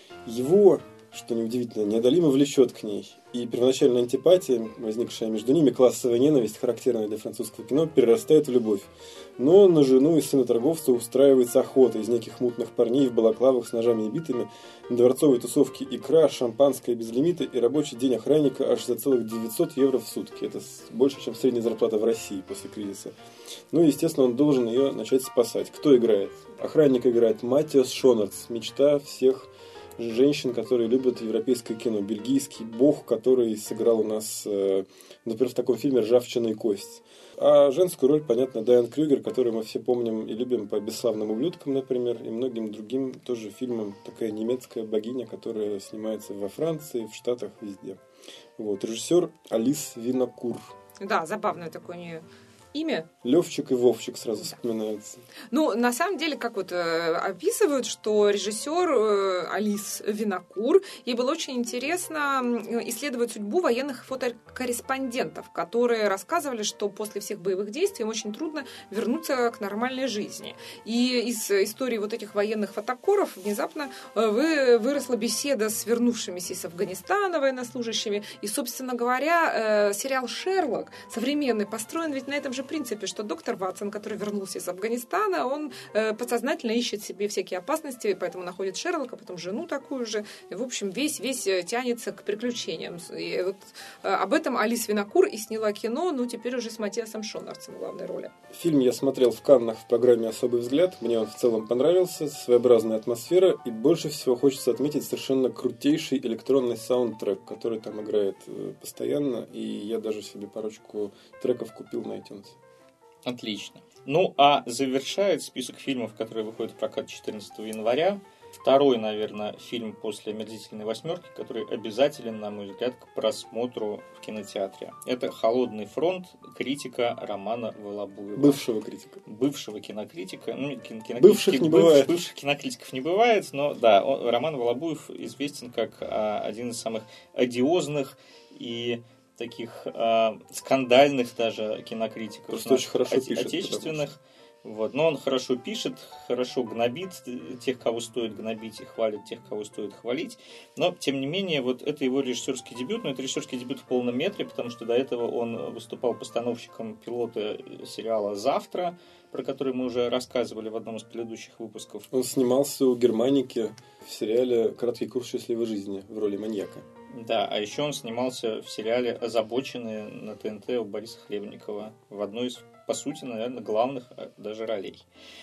S2: Его, что неудивительно, неодолимо влечет к ней. И первоначальная антипатия, возникшая между ними, классовая ненависть, характерная для французского кино, перерастает в любовь. Но на жену и сына торговца устраивается охота из неких мутных парней в балаклавах с ножами и битами, на дворцовой тусовке икра, шампанское без лимита и рабочий день охранника аж за целых девятьсот евро в сутки. Это больше, чем средняя зарплата в России после кризиса. Ну и, естественно, он должен ее начать спасать. Кто играет? Охранник играет Матиас Шонардс, мечта всех женщин, которые любят европейское кино. Бельгийский бог, который сыграл у нас, э, например, в таком фильме «Ржавчина и кость». А женскую роль, понятно, Дайан Крюгер, которую мы все помним и любим по «Бесславным ублюдкам», например, и многим другим тоже фильмам. Такая немецкая богиня, которая снимается во Франции, в Штатах, везде. Вот. Режиссер Алис Винокур.
S1: Да, забавное такое у нее имя.
S2: Левчик и Вовчик сразу да. вспоминаются.
S1: Ну, на самом деле, как вот э, описывают, что режиссер э, Алис Винокур, ей было очень интересно исследовать судьбу военных фотокорреспондентов, которые рассказывали, что после всех боевых действий им очень трудно вернуться к нормальной жизни. И из истории вот этих военных фотокоров внезапно э, вы, выросла беседа с вернувшимися из Афганистана военнослужащими. И, собственно говоря, э, сериал «Шерлок» современный построен ведь на этом же принципе, что доктор Ватсон, который вернулся из Афганистана, он э, подсознательно ищет себе всякие опасности, и поэтому находит Шерлока, потом жену такую же. И, в общем, весь-весь тянется к приключениям. И вот э, об этом Алис Винокур и сняла кино, ну, теперь уже с Матиасом Шонардсом в главной роли.
S2: Фильм я смотрел в Каннах в программе «Особый взгляд». Мне он в целом понравился, своеобразная атмосфера, и больше всего хочется отметить совершенно крутейший электронный саундтрек, который там играет постоянно, и я даже себе парочку треков купил на iTunes.
S3: Отлично. Ну, а завершает список фильмов, которые выходят в прокат четырнадцатого января, второй, наверное, фильм после «Омерзительной восьмерки», который обязателен, на мой взгляд, к просмотру в кинотеатре. Это «Холодный фронт», критика Романа Волобуева.
S2: Бывшего критика.
S3: Бывшего кинокритика. Ну, кинокритики,
S2: бывших не
S3: бывших,
S2: бывает.
S3: Бывших кинокритиков не бывает, но да, он, Роман Волобуев известен как а, один из самых одиозных и таких э, скандальных даже кинокритиков.
S2: Просто очень хорошо
S3: от,
S2: пишет.
S3: Отечественных. Вот. Но он хорошо пишет, хорошо гнобит тех, кого стоит гнобить, и хвалит тех, кого стоит хвалить. Но, тем не менее, вот это его режиссерский дебют. Но это режиссерский дебют в полном метре, потому что до этого он выступал постановщиком пилота сериала «Завтра», про который мы уже рассказывали в одном из предыдущих выпусков.
S2: Он снимался у Германики в сериале «Краткий курс счастливой жизни» в роли маньяка.
S3: Да, а еще он снимался в сериале «Озабоченные» на ТНТ у Бориса Хлебникова в одной из, по сути, наверное, главных даже ролей.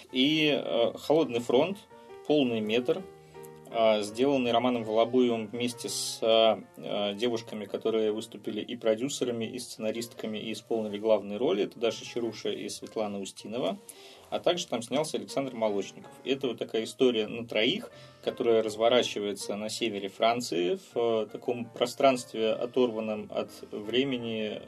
S3: И э, «Холодный фронт», полный метр, э, сделанный Романом Волобуевым вместе с э, девушками, которые выступили и продюсерами, и сценаристками, и исполнили главные роли. Это Даша Чаруша и Светлана Устинова. А также там снялся Александр Молочников. И это вот такая история на троих, которая разворачивается на севере Франции, в таком пространстве, оторванном от времени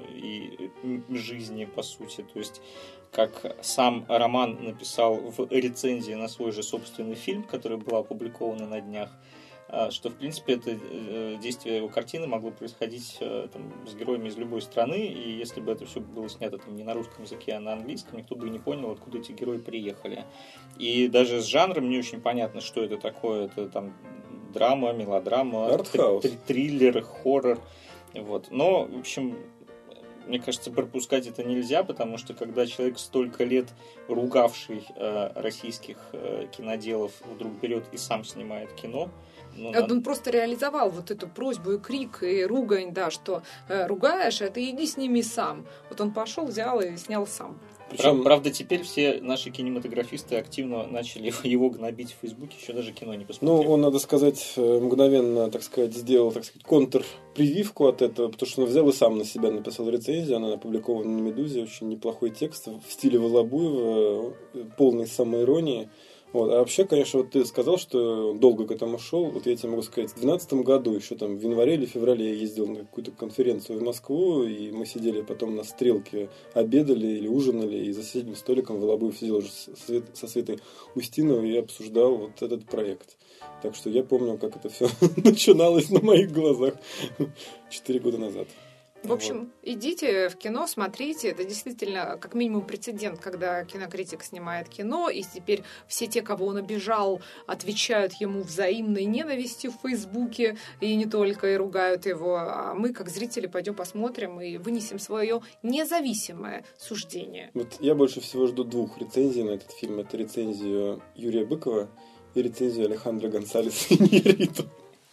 S3: и жизни, по сути. То есть, как сам Роман написал в рецензии на свой же собственный фильм, который был опубликован на днях, что, в принципе, это действие его картины могло происходить там, с героями из любой страны, и если бы это все было снято там, не на русском языке, а на английском, никто бы и не понял, откуда эти герои приехали. И даже с жанром не очень понятно, что это такое. Это там драма, мелодрама,
S2: артхаус,
S3: триллер, хоррор. Вот. Но, в общем, мне кажется, пропускать это нельзя, потому что когда человек столько лет ругавший э, российских э, киноделов вдруг берет и сам снимает кино. Ну,
S1: он надо... просто реализовал вот эту просьбу и крик, и ругань, да, что э, ругаешь, а ты иди сними сам. Вот он пошел, взял и снял сам.
S3: Причем... Правда, теперь все наши кинематографисты активно начали его гнобить в Фейсбуке, еще даже кино не посмотрели.
S2: Ну, он, надо сказать, мгновенно, так сказать, сделал, так сказать, контрпрививку от этого, потому что он взял и сам на себя написал рецензию, она опубликована на «Медузе», очень неплохой текст в стиле Волобуева, полный самоиронии. Вот. А вообще, конечно, вот ты сказал, что долго к этому шел. Вот я тебе могу сказать, в две тысячи двенадцатом году, еще там в январе или феврале я ездил на какую-то конференцию в Москву, и мы сидели потом на Стрелке, обедали или ужинали, и за соседним столиком Волобуев сидел уже со Светой Устиновой и обсуждал вот этот проект. Так что я помню, как это все начиналось на моих глазах четыре года назад.
S1: В общем, вот. Идите в кино, смотрите. Это действительно как минимум прецедент, когда кинокритик снимает кино, и теперь все те, кого он обижал, отвечают ему взаимной ненавистью в Фейсбуке, и не только, и ругают его. А мы, как зрители, пойдем посмотрим и вынесем свое независимое суждение.
S2: Вот я больше всего жду двух рецензий на этот фильм. Это рецензию Юрия Быкова и рецензию Алехандро Гонсалеса Иньярриту.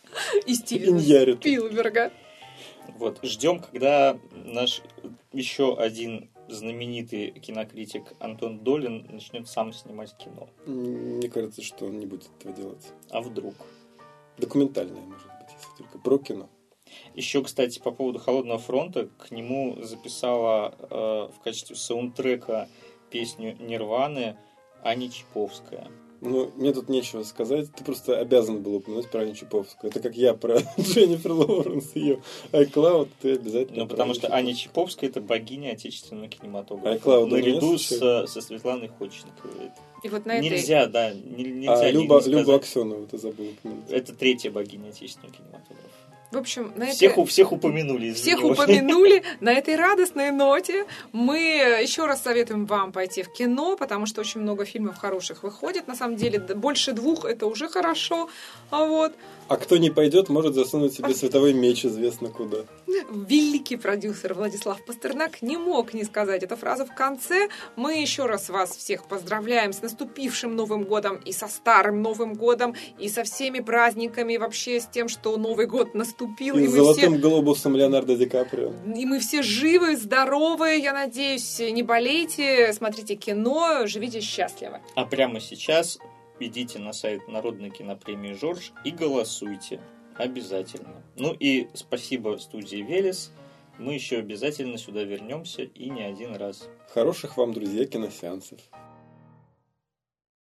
S1: И Стивена Спилберга.
S3: Вот, ждем, когда наш еще один знаменитый кинокритик Антон Долин начнет сам снимать кино.
S2: Мне кажется, что он не будет этого делать.
S3: А вдруг?
S2: Документальное, может быть, если только про кино.
S3: Еще, кстати, по поводу «Холодного фронта», к нему записала э, в качестве саундтрека песню «Нирваны» Аня Чиповская.
S2: Ну, мне тут нечего сказать. Ты просто обязан был упомянуть про Аню Чиповскую. Это как я про Дженнифер Лоуренс и ее iCloud, ты обязательно.
S3: Ну, потому что Аня Чиповская — это богиня отечественного кинематографа.
S2: iCloud
S3: наряду с, со Светланой Ходченковой.
S1: И вот на
S3: нельзя,
S1: этой...
S3: да, нельзя
S2: а, Люба,
S3: не
S2: Люба Аксенова, ты забыл упомянуть.
S3: Это третья богиня отечественного кинематографа.
S1: В общем, на
S3: всех,
S1: этой...
S3: всех упомянули.
S1: Всех упомянули. На этой радостной ноте мы еще раз советуем вам пойти в кино, потому что очень много фильмов хороших выходит. На самом деле, больше двух — это уже хорошо. А вот...
S2: А кто не пойдет, может засунуть себе световой меч известно куда.
S1: Великий продюсер Владислав Пастернак не мог не сказать эту фразу в конце. Мы еще раз вас всех поздравляем с наступившим Новым годом и со старым Новым годом, и со всеми праздниками, и вообще с тем, что Новый год наступил.
S2: И,
S1: и
S2: с
S1: мы
S2: золотым
S1: все...
S2: глобусом Леонардо Ди Каприо.
S1: И мы все живы, здоровы, я надеюсь. Не болейте, смотрите кино, живите счастливо.
S3: А прямо сейчас... идите на сайт Народной кинопремии «Жорж» и голосуйте. Обязательно. Ну и спасибо студии «Велес». Мы еще обязательно сюда вернемся и не один раз.
S2: Хороших вам, друзья, киносеансов.